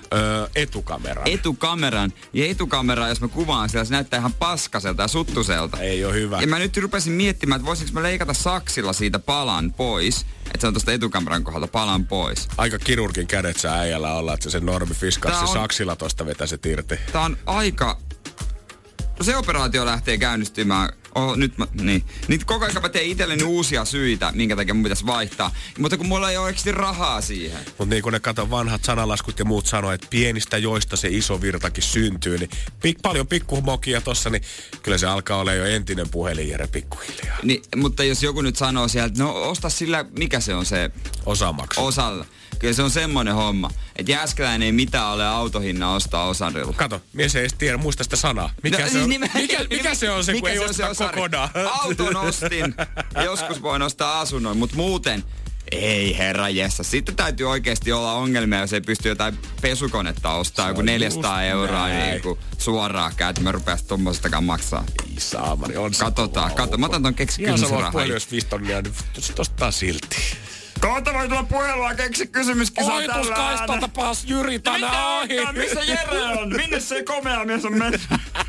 Etukameran. Ja etukamera, jos mä kuvaan siellä, se näyttää ihan paskaselta ja suttuselta. Ei oo hyvä. Ja mä nyt rupesin miettimään, että voisinko mä leikata saksilla siitä palan pois. Että se on tosta etukameran kohdalta palan pois. Aika kirurgin kädet sä äijällä olla, että se normi fiskas, saksilla tosta vetäisit irti. Tää on aika... Se operaatio lähtee käynnistymään. Niin koko ajan mä teen itselleni uusia syitä, minkä takia mun pitäisi vaihtaa. Mutta kun mulla ei ole oikeasti rahaa siihen. Mutta niin kun ne kato vanhat sanalaskut ja muut sanoo, että pienistä joista se iso virtakin syntyy, niin paljon pikkumokia tossa, niin kyllä se alkaa olla jo entinen puhelinjärä pikkuhiljaa. Niin, mutta jos joku nyt sanoo sieltä, no osta sillä, mikä se on se... Osamaksu. Osalla. Kyllä se on semmoinen homma, että Jääskeläinen ei mitään ole autohinna ostaa osarilla. Kato, mies ei edes tiedä, muista sitä sanaa. Mikä se on se, kun ei ostaa kokonaan? Auton ostin. Joskus voin ostaa asunnon, mutta muuten ei herranjessa. Sitten täytyy oikeasti olla ongelmia, jos ei pysty jotain pesukonetta ostaa joku 400 euroa niin suoraan käytä. Mä rupeas tommosestakaan maksaa. Ei saamari, on se. Katsotaan. Mä otan ton keksikysymys rahaa. Ihan sama puoli, jos 5 tonnia, niin ostaa silti. Kohta voi tulla puhelua, keksi kysymyskisa tällä äänellä. Ohituskaistalta paas Jyri tänne ohi. Missä Jere on? Minne se komea mies on mennyt?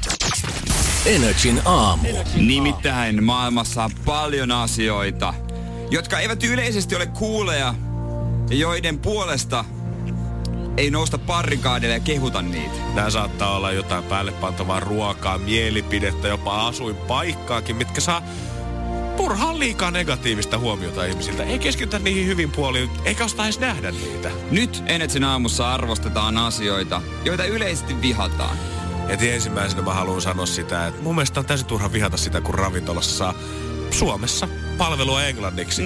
Energin aamu. Nimittäin maailmassa on paljon asioita, jotka eivät yleisesti ole kuuleja ja joiden puolesta ei nousta barrikaadille ja kehuta niitä. Nää saattaa olla jotain päälle pantavaa ruokaa, mielipidettä, jopa asuinpaikkaakin, mitkä saa turhaan liikaa negatiivista huomiota ihmisiltä. Ei keskitytä niihin hyvin puoliin, eikä osta edes nähdä niitä. Nyt Energin aamussa arvostetaan asioita, joita yleisesti vihataan. Heti ensimmäisenä mä haluan sanoa sitä, että mun mielestä on täysin turha vihata sitä, kun ravintolassa saa Suomessa palvelua englanniksi.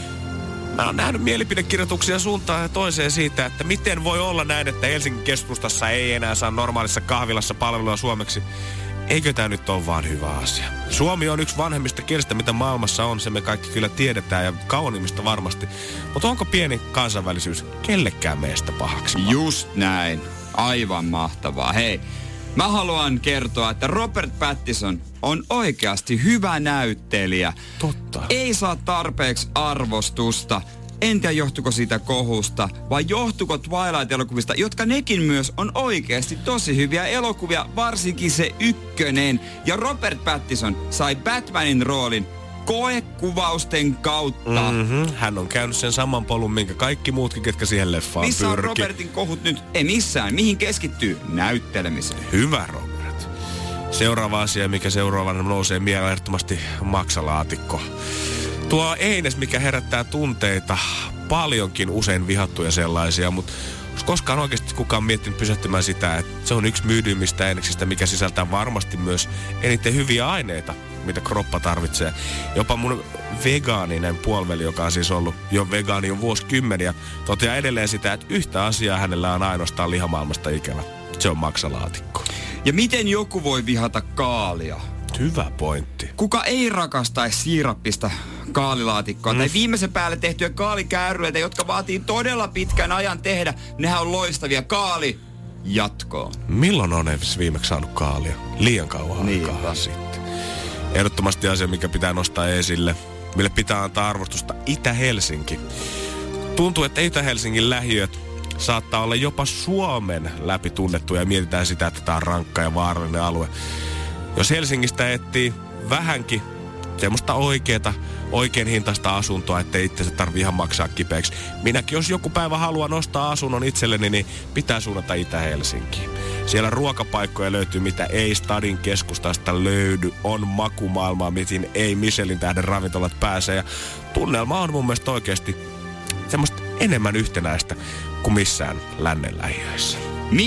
Mä oon nähnyt mielipidekirjoituksia suuntaan ja toiseen siitä, että miten voi olla näin, että Helsingin keskustassa ei enää saa normaalissa kahvilassa palvelua suomeksi. Eikö tää nyt ole vaan hyvä asia? Suomi on yksi vanhemmista kielistä, mitä maailmassa on, se me kaikki kyllä tiedetään ja kauniimmista varmasti. Mutta onko pieni kansainvälisyys kellekään meistä pahaksi? Just näin. Aivan mahtavaa. Hei, mä haluan kertoa, että Robert Pattinson on oikeasti hyvä näyttelijä. Totta. Ei saa tarpeeksi arvostusta. En tiedä, johtuiko siitä kohusta, vai johtuiko Twilight-elokuvista, jotka nekin myös on oikeasti tosi hyviä elokuvia, varsinkin se ykkönen. Ja Robert Pattinson sai Batmanin roolin koekuvausten kautta. Hän on käynyt sen saman polun, minkä kaikki muutkin, ketkä siihen leffaan Missä on pyrki. Robertin kohut nyt? Ei missään. Mihin keskittyy? Näyttelemiseen. Hyvä, Robert. Seuraava asia, mikä seuraavana nousee mieleen ehdottomasti maksalaatikko. Tuo eines, mikä herättää tunteita, paljonkin usein vihattuja sellaisia, mutta koskaan oikeasti kukaan miettinyt pysähtymään sitä, että se on yksi myydyimmistä eineksistä, mikä sisältää varmasti myös eniten hyviä aineita, mitä kroppa tarvitsee. Jopa mun vegaaninen puoliveli, joka on siis ollut jo vegaani jo vuosikymmeniä, toteaa edelleen sitä, että yhtä asiaa hänellä on ainoastaan lihamaailmasta ikävä. Se on maksalaatikko. Ja miten joku voi vihata kaalia? Hyvä pointti. Kuka ei rakastaisi siirappista kaalilaatikkoa tai viimeisen päälle tehtyjä kaalikäärryitä, jotka vaatii todella pitkän ajan tehdä. Nehän on loistavia. Kaali jatkoon. Milloin on viimeksi saanut kaalia? Liian kauan aikaa sitten. Ehdottomasti asia, mikä pitää nostaa esille, mille pitää antaa arvostusta, Itä-Helsinki. Tuntuu, että Itä-Helsingin lähiöt saattaa olla jopa Suomen läpi tunnettuja ja mietitään sitä, että tämä on rankka ja vaarallinen alue. Jos Helsingistä etsii vähänkin semmoista oikein hintaista asuntoa, ettei itse tarvitse ihan maksaa kipeäksi. Minäkin, jos joku päivä haluan ostaa asunnon itselleni, niin pitää suunnata Itä-Helsinkiin. Siellä ruokapaikkoja löytyy, mitä ei stadin keskustasta löydy. On makumaailmaa, mihin ei Michelin tähden ravintolat pääse. Ja tunnelma on mun mielestä oikeasti semmoista enemmän yhtenäistä kuin missään lännen lähiöissä.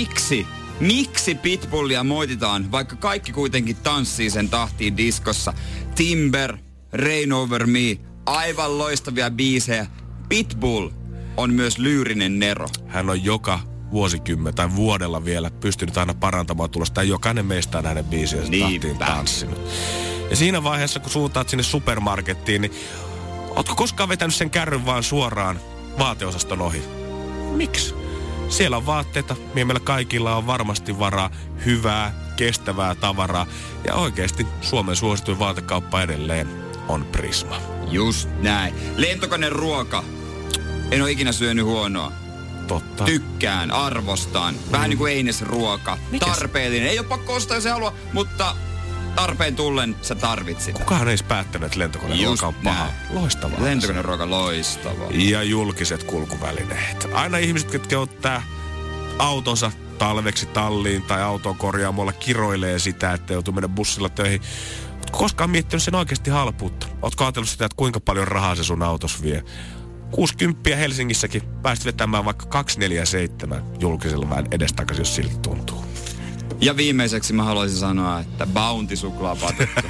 Miksi Pitbullia moititaan, vaikka kaikki kuitenkin tanssii sen tahtiin diskossa? Timber, Rain Over Me, aivan loistavia biisejä. Pitbull on myös lyyrinen nero. Hän on joka vuosikymmen tai vuodella vielä pystynyt aina parantamaan tulosta. Ja jokainen meistä on hänen biisiensä tahtiin tanssinut. Ja siinä vaiheessa, kun suuntaat sinne supermarkettiin, niin ootko koskaan vetänyt sen kärryn vaan suoraan vaateosaston ohi? Miksi? Siellä on vaatteita, mihin meillä kaikilla on varmasti varaa, hyvää, kestävää tavaraa. Ja oikeasti Suomen suosituin vaatekauppa edelleen on Prisma. Just näin. Lentokone ruoka. En ole ikinä syönyt huonoa. Totta. Tykkään, arvostan. Vähän niin kuin Eines ruoka. Tarpeellinen. Ei ole pakko ostaa, jos ei halua, mutta tarpeen tullen sä tarvitsit. Kukaan ei edes päättänyt, että lentokone ruoka on paha. Loistavaa. Lentokone ruoka loistavaa. Ja julkiset kulkuvälineet. Aina ihmiset, jotka ottaa autonsa talveksi talliin tai auton korjaamolla kiroilee sitä, että joutuu mennä bussilla töihin. Ootko koskaan miettinyt sen oikeasti halpuutta? Ootko ajatellut sitä, että kuinka paljon rahaa se sun autos vie? 60 Helsingissäkin pääsit vetämään vaikka 247 julkisella vähän edestakaisin, jos siltä tuntuu. Ja viimeiseksi mä haluaisin sanoa, että Bounty-suklaapatukka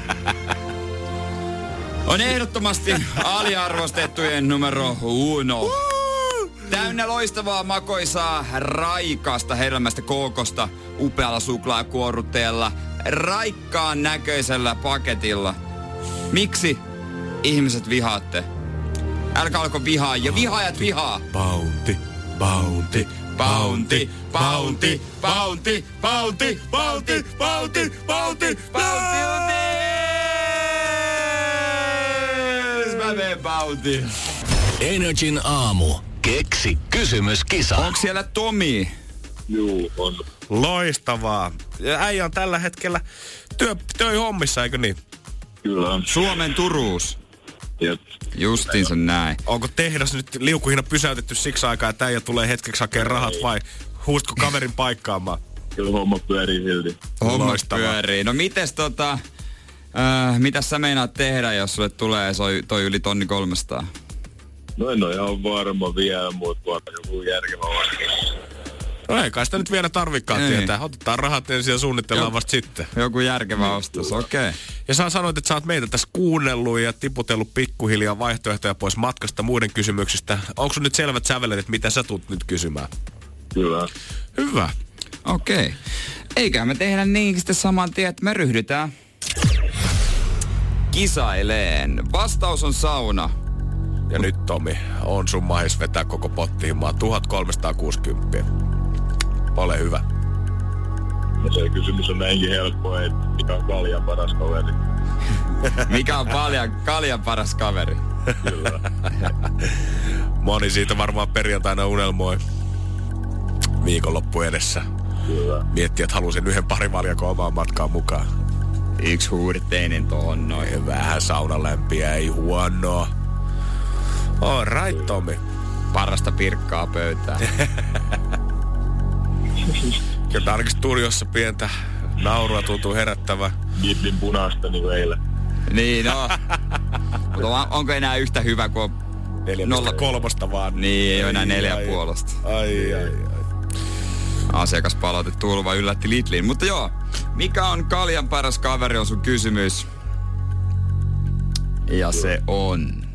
on ehdottomasti aliarvostettujen numero 1. Täynnä loistavaa makoisaa, raikasta hedelmästä kookosta, upealla suklaakuorutteella, raikkaan näköisellä paketilla. Miksi ihmiset vihaatte? Älkää alko vihaa ja vihaajat vihaa. Bounty, bounty, bounty, bounty, bounty, bounty, bounty, bounty, bounty, bounty. Mä menen Bounty. Energin aamu. Keksi kysymyskisa. Onko siellä Tomi? Juu, on. Loistavaa. Ja äijä on tällä hetkellä työhommissa, eikö niin? Kyllä on. Suomen Turuus. Jep. Justiinsa näin. Onko tehdas nyt liukuhina pysäytetty siksi aikaa, että äijä tulee hetkeksi hakemaan rahat vai huustko kaverin paikkaamaan? Kyllä homma pyörii silti. Homma pyörii. No mites mitäs sä meinaat tehdä, jos sulle tulee toi yli 1 300? No en ole ihan varma vielä, mutta joku järkevä vastaus. No ei kai sitä nyt vielä tarvikaan tietää. Otetaan rahat ensin ja suunnitellaan vasta sitten. Joku järkevä ostos, okei. Ja sä sanoit, että sä oot meitä tässä kuunnellut ja tiputellut pikkuhiljaa vaihtoehtoja pois matkasta muiden kysymyksistä. Onko sun nyt selvät sävelet, että mitä sä tulet nyt kysymään? Kyllä. Hyvä. Okei. Eiköhän me tehdä niin sitten saman tien, että me ryhdytään kisaileen. Vastaus on sauna. Ja nyt Tomi, on sun mahis vetää koko pottiin maan 1360. Ole hyvä. No se kysymys on näinkin helppo, että mikä on kaljan paras kaveri. Mikä on kaljan paras kaveri? Kyllä. Moni siitä varmaan perjantaina unelmoi viikonloppu edessä. Kyllä. Miettii, että halusin yhden parivaljakon omaan matkaan mukaan. Yksi huurteinen tohon noin. Vähän saunalämpiä, ei huonoa. All right, Tomi. Parasta pirkkaa pöytään. Kyllä ainakin studiossa pientä naurua tuntuu herättävä. Nippin punaista niin kuin eilen. Niin, no. Mutta onko enää yhtä hyvä kuin 4,3 vaan. Niin, ei ole enää 4,5. Ai. Asiakaspalaute tulva yllätti Lidlin. Mutta joo, mikä on kaljan paras kaveri on sun kysymys. Ja se on...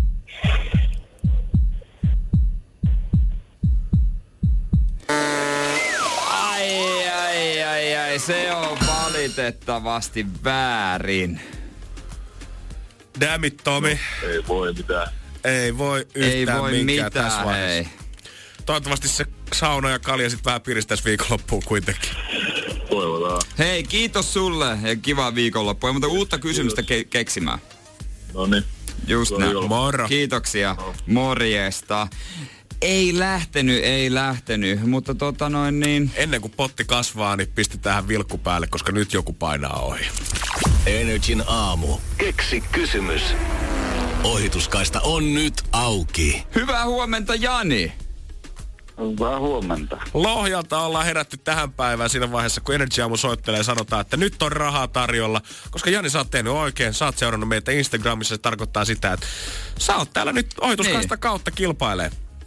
Ai, se on valitettavasti väärin. Damn it, Tomi. Ei voi mitään. Ei voi yhtään minkään tässä vaiheessa. Hei. Toivottavasti se sauna ja kalja sit vähän piristäisi viikonloppuun kuitenkin. Toivotaan. Hei, kiitos sulle ja kivaa viikonloppua. Mutta uutta kysymystä keksimään. Noniin. Just näin. Moro. Kiitoksia. Morjesta. Ei lähtenyt, mutta niin... Ennen kuin potti kasvaa, niin pistetään vilkku päälle, koska nyt joku painaa ohi. NRJ:n aamu. Keksi kysymys. Ohituskaista on nyt auki. Hyvää huomenta, Jani. Hyvää huomenta. Lohjalta ollaan herätty tähän päivään siinä vaiheessa, kun NRJ Aamu soittelee ja sanotaan, että nyt on rahaa tarjolla. Koska Jani, sä oot tehnyt oikein, sä oot seurannut meitä Instagramissa, se tarkoittaa sitä, että sä oot täällä nyt ohituskaista kautta kilpailee.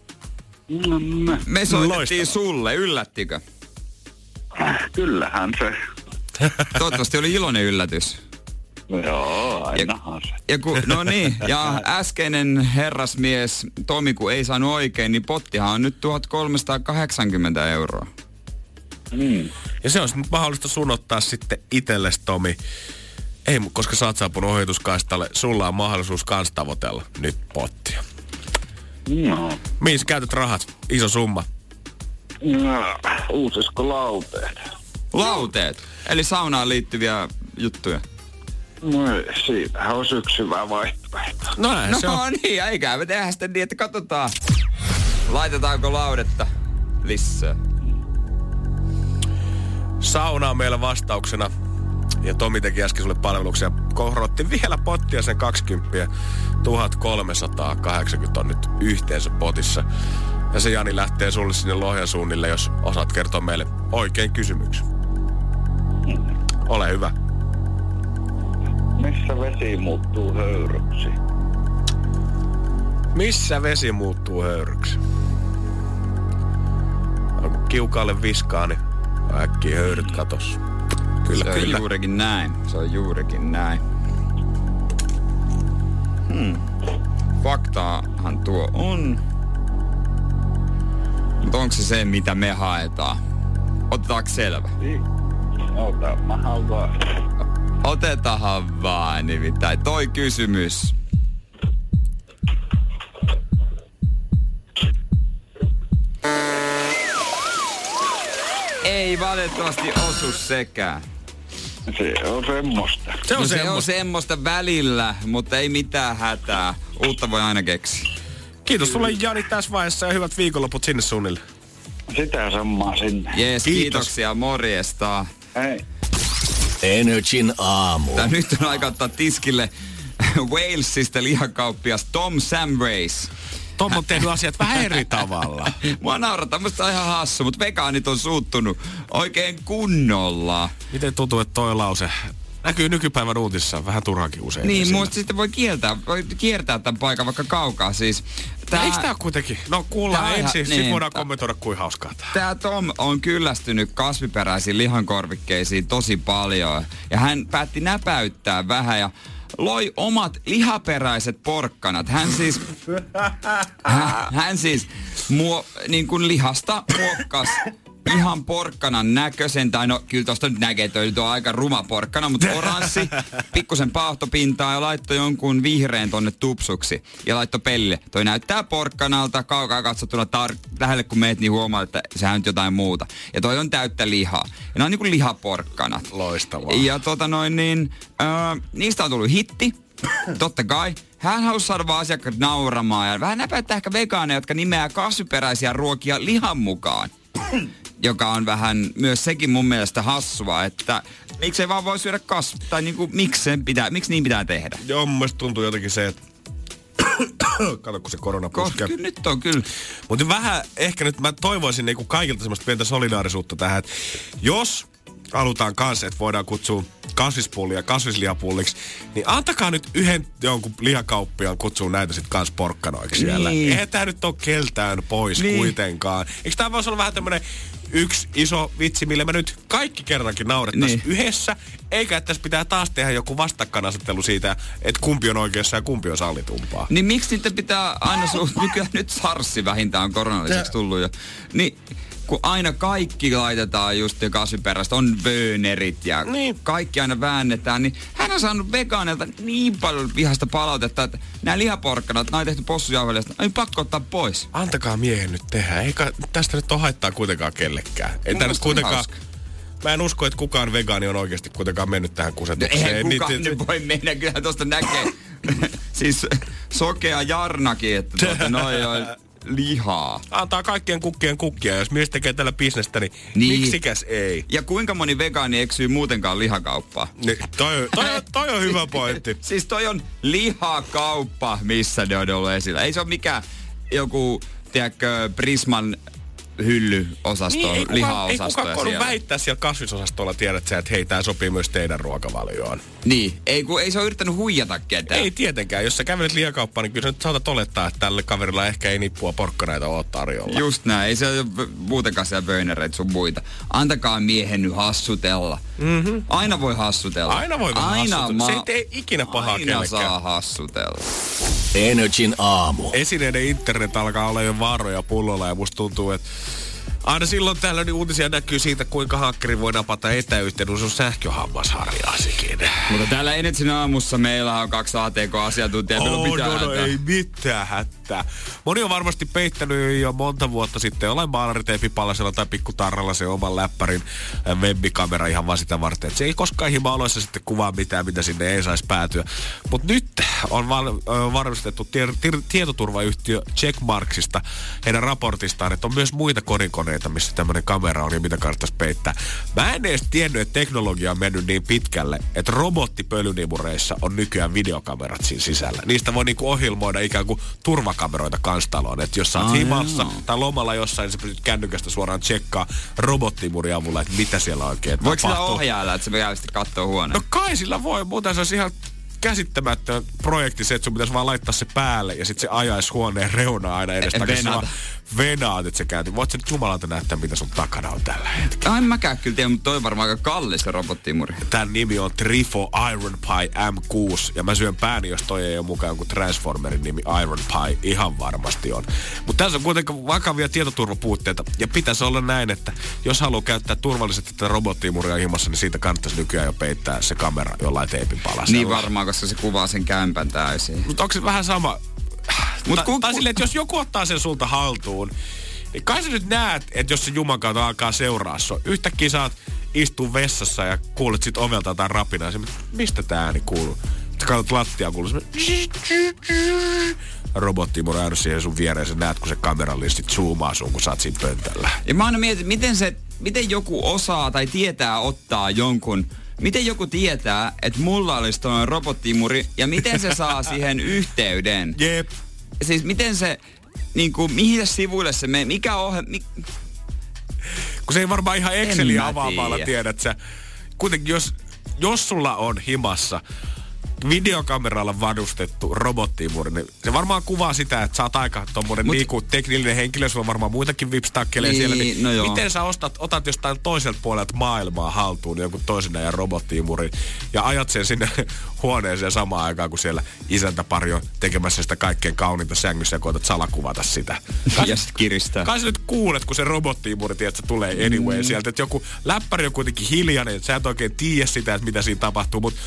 Me soitettiin sulle, yllättikö? Kyllähän se. Toivottavasti oli iloinen yllätys. Joo, ainahan se. Ja äskeinen herrasmies Tomi, kun ei saanut oikein, niin pottihan on nyt 1380 euroa. Ja se on sitten mahdollista sun ottaa sitten itsellesi, Tomi. Ei, koska sä oot saapunut ohituskaistalle, sulla on mahdollisuus kans tavoitella nyt pottia. No. Mihin käytät rahat? Iso summa. Uusisko lauteet? Lauteet? Eli saunaan liittyviä juttuja? No siitähän olisi yksi hyvä vaihtoehto. No se on. Niin, eikä me tehdä sitten niin, että katsotaan. Laitetaanko laudetta lisää? Sauna on meillä vastauksena. Ja Tomi teki äsken sulle palveluksia. Kohrotti vielä pottia sen 20. 1380 on nyt yhteensä potissa. Ja se Jani lähtee sulle sinne Lohjan suunnille, jos osaat kertoa meille oikein kysymyksen. Ole hyvä. Missä vesi muuttuu höyryksi? Missä vesi muuttuu höyryksi? Kun kiukaalle viskaa, niin äkkiä höyryt katos. Kyllä, se on kyllä. Juurikin näin. Se on juurikin näin. Faktaahan tuo on. Mutta onko se mitä me haetaan? Otetaanko selvä? Otetaanhan vaan. Otetaanhan vaan, nimittäin toi kysymys. Ei valitettavasti osu sekään. Se on semmoista. Se on semmoista välillä, mutta ei mitään hätää. Uutta voi aina keksiä. Kiitos sulle Jani tässä vaiheessa ja hyvät viikonloput sinne suunnille. Sitä samaa sinne. Jees, kiitoksia, morjesta. Hei. NRJ:n aamu. Nyt on aika ottaa tiskille Walesista lihakauppias Tom Samways. Tom on tehnyt asiat vähän eri tavalla. Mua naurataan, musta on ihan hassu, mutta vegaanit on suuttunut oikein kunnolla. Miten tuntuu, että toi lause näkyy nykypäivän uutisissa vähän turhankin usein. Niin, muista sitten voi kiertää tämän paikan vaikka kaukaa siis. Eikö tää kuitenkin? No kuullaan ensin, niin, sit voidaan kommentoida kuin hauskaa tää. Tää Tom on kyllästynyt kasviperäisiin lihankorvikkeisiin tosi paljon. Ja hän päätti näpäyttää vähän ja loi omat lihaperäiset porkkanat. Hän siis niin kuin lihasta muokkas ihan porkkanan näköisen, tai no kyllä tosta nyt näkee, että tuo on aika ruma porkkana, mutta oranssi, pikkusen paahtopintaa ja laittoi jonkun vihreän tonne tupsuksi ja laittoi pellille. Toi näyttää porkkanalta, kaukaa katsottuna lähelle kun meet, niin huomaat, että sehän on jotain muuta. Ja toi on täyttä lihaa. Ja ne on niinku lihaporkkanat. Loistavaa. Ja niistä on tullut hitti. Totta kai. Hän halusi saada vaan asiakkaat nauramaan ja vähän näpäyttää ehkä vegaaneja, jotka nimeää kasviperäisiä ruokia lihan mukaan. Joka on vähän myös sekin mun mielestä hassua, että miksei vaan voi syödä tai niinku, miksi niin pitää tehdä? Joo, mun mielestä tuntuu jotenkin se, että kato, kun se korona puskee. Kyllä, nyt on kyllä. Mutta vähän ehkä nyt mä toivoisin niinku kaikilta semmoista pientä solidaarisuutta tähän, että jos halutaan kanssa, että voidaan kutsua kasvispullia kasvislihapulliksi, niin antakaa nyt yhden jonkun lihakauppiaan kutsua näitä sit kans porkkanoiksi siellä. Niin. Eihän tää nyt ole keltään pois kuitenkaan. Eikö tää voisi olla vähän tämmönen yksi iso vitsi, millä me nyt kaikki kerrankin naurettaisiin yhdessä, eikä että tässä pitää taas tehdä joku vastakkainasettelu siitä, että kumpi on oikeassa ja kumpi on sallitumpaa. Niin miksi niitä pitää aina nykyään nyt SARS vähintään on koronalliseksi tullut jo. Niin kun aina kaikki laitetaan just jo kasviperäistä, on böönerit ja kaikki aina väännetään, niin hän on saanut vegaanilta niin paljon vihasta palautetta, että nämä lihaporkkanat, nämä on tehty possujauhelijasta, on pakko ottaa pois. Antakaa miehen nyt tehdä, eikä tästä nyt ole haittaa kuitenkaan kellekään. Entä nyt kuitenkaan... Mä en usko, että kukaan vegaani on oikeasti kuitenkaan mennyt tähän kusetukseen. Eihän kukaan nyt voi mennä, kyllähän tuosta näkee. Siis sokea Jarnakin, että noi on lihaa. Antaa kaikkien kukkien kukkia. Jos mies tekee tällä bisnestä, niin miksikäs ei? Ja kuinka moni vegaani eksyy muutenkaan lihakauppaan? Niin, toi on hyvä pointti. Siis toi on lihakauppa, missä ne on ollut esillä. Ei se ole mikään joku, tiedätkö, Prisman hyllyosasto, niin, lihaosastoja siellä. Ei kukaan väittää siellä kasvisosastolla, tiedät sä, että hei, tää sopii myös teidän ruokavalioon. Niin, ei se ole yrittänyt huijata ketään. Ei tietenkään, jos sä kävelet lihakauppaan, niin kyllä sä nyt saatat olettaa, että tälle kaverilla ehkä ei nippua porkkanaita ole tarjolla. Just näin, ei se ole muutenkaan siellä böönereitä sun muita. Antakaa miehen nyt hassutella. Mm-hmm. Aina voi hassutella. Aina voi hassutella. Se ei tee ikinä pahaa kellekään. Aina saa hassutella. Energin aamu. Esineiden internet alkaa olla jo vaaroja pullolla ja musta tuntuu, että aina silloin tällöin niin uutisia näkyy siitä, kuinka hakkeri voi napata etäyhteyden sun sähköhammasharjasikin. Mutta täällä Energin aamussa meillä on 2 ATK-asiantuntijaa. Ei mitään hätää. Moni on varmasti peittänyt jo monta vuotta sitten jollain maalariteepipalasella tai pikkutarralla se oman läppärin webbikamera ihan vaan sitä varten. Et se ei koskaan hima-oloissa sitten kuvaa mitään, mitä sinne ei saisi päätyä. Mutta nyt on varmistettu tietoturvayhtiö Checkmarksista heidän raportistaan, että on myös muita kodinkoneita, missä tämmöinen kamera on ja mitä kannattaisi peittää. Mä en edes tiennyt, että teknologia on mennyt niin pitkälle, että robottipölynimureissa on nykyään videokamerat siinä sisällä. Niistä voi niinku ohjelmoida ikään kuin turvakameroita kanstaloon. Että jos sä oot himassa tai lomalla jossain, niin sä pystyt kännykästä suoraan tsekkaa robottimurin avulla, että mitä siellä oikein tapahtuu. Voiko sillä ohjailla, että se pitää sitten katsoa huoneen? No kai sillä voi, muuten se olisi ihan käsittämätön projekti se, että sun pitäisi vaan laittaa se päälle ja sitten se ajaisi huoneen reunaa aina edestakin. Venaat, että se käynti. Voit sä nyt jumalalta näyttää, mitä sun takana on tällä hetkellä? En mäkään kyllä tiedä, mutta toi on varmaan aika kallis se robottimuri. Tän nimi on Trifo Iron Pie M6 ja mä syön pääni, jos toi ei ole mukaan joku Transformerin nimi Iron Pie. Ihan varmasti on. Mutta tässä on kuitenkin vakavia tietoturvapuutteita ja pitäisi olla näin, että jos haluaa käyttää turvallisesti tätä robottimuria himossa, niin siitä kannattaisi nykyään jo peittää se kamera jollain teipin palasella. Niin varmaan, koska se kuvaa sen kämpän täysin. Mutta onko se vähän sama? Tai silleen, että jos joku ottaa sen sulta haltuun, niin kai sä nyt näet, että jos se jumankautta alkaa seuraa sua. Yhtäkkiä saat istua vessassa ja kuulet sit ovelta jotain rapinaa. Ja mistä tää ääni kuuluu? Sä katsot lattiaa, kuuluu robottimuri aina siihen sun viereen. Sä näet, kun se kamerallistit zoomaa sun, kun sä oot siinä pöntällä. Ja mä aina mietin, miten joku osaa tai tietää ottaa jonkun miten joku tietää, että mulla olisi tuollainen robottiimuri ja miten se saa siihen yhteyden? Jep. Siis miten se, niinku, mihin sivuille se menee, mikä Kun se ei varmaan ihan Exceliä avaamalla tiedät sä. Kuitenkin jos sulla on himassa videokameralla varustettu robottiimuri, niin se varmaan kuvaa sitä, että sä oot aika tommonen niinku teknillinen henkilö, sulla on varmaan muitakin vipstakkeleja siellä, niin no miten sä otat jostain toiselta puolelta maailmaa haltuun jonkun toisen ajan robottiimurin ja ajat sen sinne huoneeseen samaan aikaan, kun siellä isäntäpari on tekemässä sitä kaikkein kauniinta sängyssä ja koetat salakuvata sitä. Ja sit kiristää. Kai sä nyt kuulet, kun se robottiimuri, tiedät, se tulee anyway sieltä, että joku läppäri on kuitenkin hiljainen, että sä et oikein tiedä sitä, että mitä siinä tapahtuu, mutta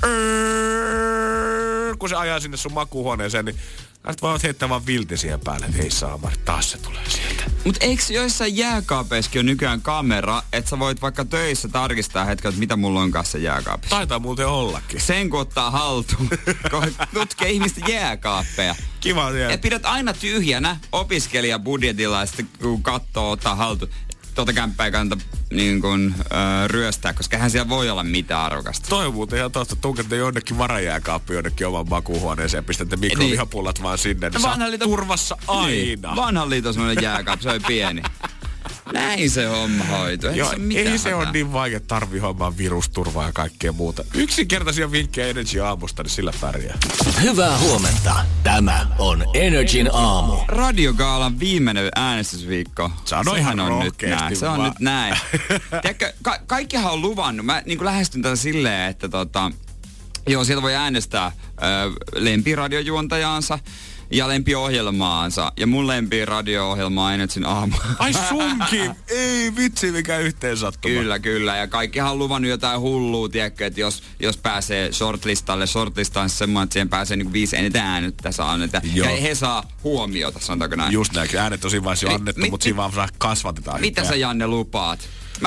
kun se ajaa sinne sun makuuhuoneeseen, niin sä voit heittää vaan vilti siihen päälle, että hei saamari, taas se tulee sieltä. Mut eikö joissain jääkaapeissakin on nykyään kamera, että sä voit vaikka töissä tarkistaa hetken, että mitä mulla on kanssa jääkaapissa? Taitaa muuten ollakin. Sen kun ottaa haltuun, kun tutkee ihmisten jääkaappeja. Kiva siellä. Ja pidät aina tyhjänä opiskelijabudjetilla ja sitten kun katsoo ottaa haltuun. Tuota kämppää ei kannata niin kuin, ryöstää, koska eihän siellä voi olla mitään arvokasta. Toi muuten ihan tosta. Tunkette jonnekin varajääkaappi jonnekin oman makuuhuoneeseen ja pistätte mikrovihapullat vaan sinne. Niin sä oot turvassa aina. Niin. Vanhan liiton semmoinen jääkaappi, se oli pieni. Näin se homma hoituu. Joo, ei se ole niin vaikea, tarvii hommaa virusturvaa ja kaikkea muuta. Yksinkertaisia vinkkejä Energy aamusta, niin sillä pärjää. Hyvää huomenta. Tämä on Energin aamu. Radiogaalan viimeinen äänestysviikko. Sano ihan on nyt rohkeasti näin. Se on nyt näin. Tiedätkö, kaikkihan on luvannut. Mä niin lähestyn tätä silleen, että joo, sieltä voi äänestää lempiradiojuontajaansa ja lempiohjelmaansa. Ja mun lempiradio-ohjelma on Energin aamu. Ai sunkin! Ei vitsi, mikä yhteensattuma. Kyllä. Ja kaikkihan on luvannut jotain hullua, tiedätkö, että jos pääsee shortlistalle on semmoinen, että siihen pääsee niinku 5 eniten äänettä saa. Ja he saa huomiota, sanotaanko näin. Just näin, äänet on siinä vaiheessa jo annettu, mutta siinä vaan kasvatetaan. Mitä sä, Janne, lupaat?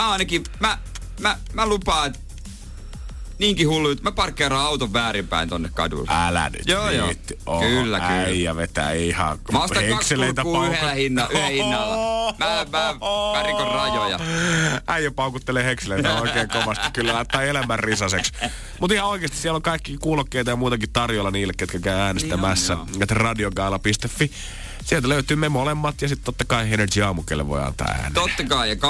Mä lupaan, että niinkin hullu, että mä parkkeeraan auton väärinpäin tonne kadulle. Älä nyt. Joo. Kyllä. Äijä vetää ihan mä ostan 2 kurkkua yhden hinnalla. Mä rikon rajoja. Äijä paukuttelee hekseleitä oikein kovasti. Kyllä laittaa elämän risaseksi. Mutta ihan oikeasti siellä on kaikki kuulokkeita ja muutakin tarjolla niille, ketkä käy äänestämässä. Että radiogaala.fi. Sieltä löytyy me molemmat ja sitten totta kai Energy Aamukelle voi antaa äänen. Totta kai, ja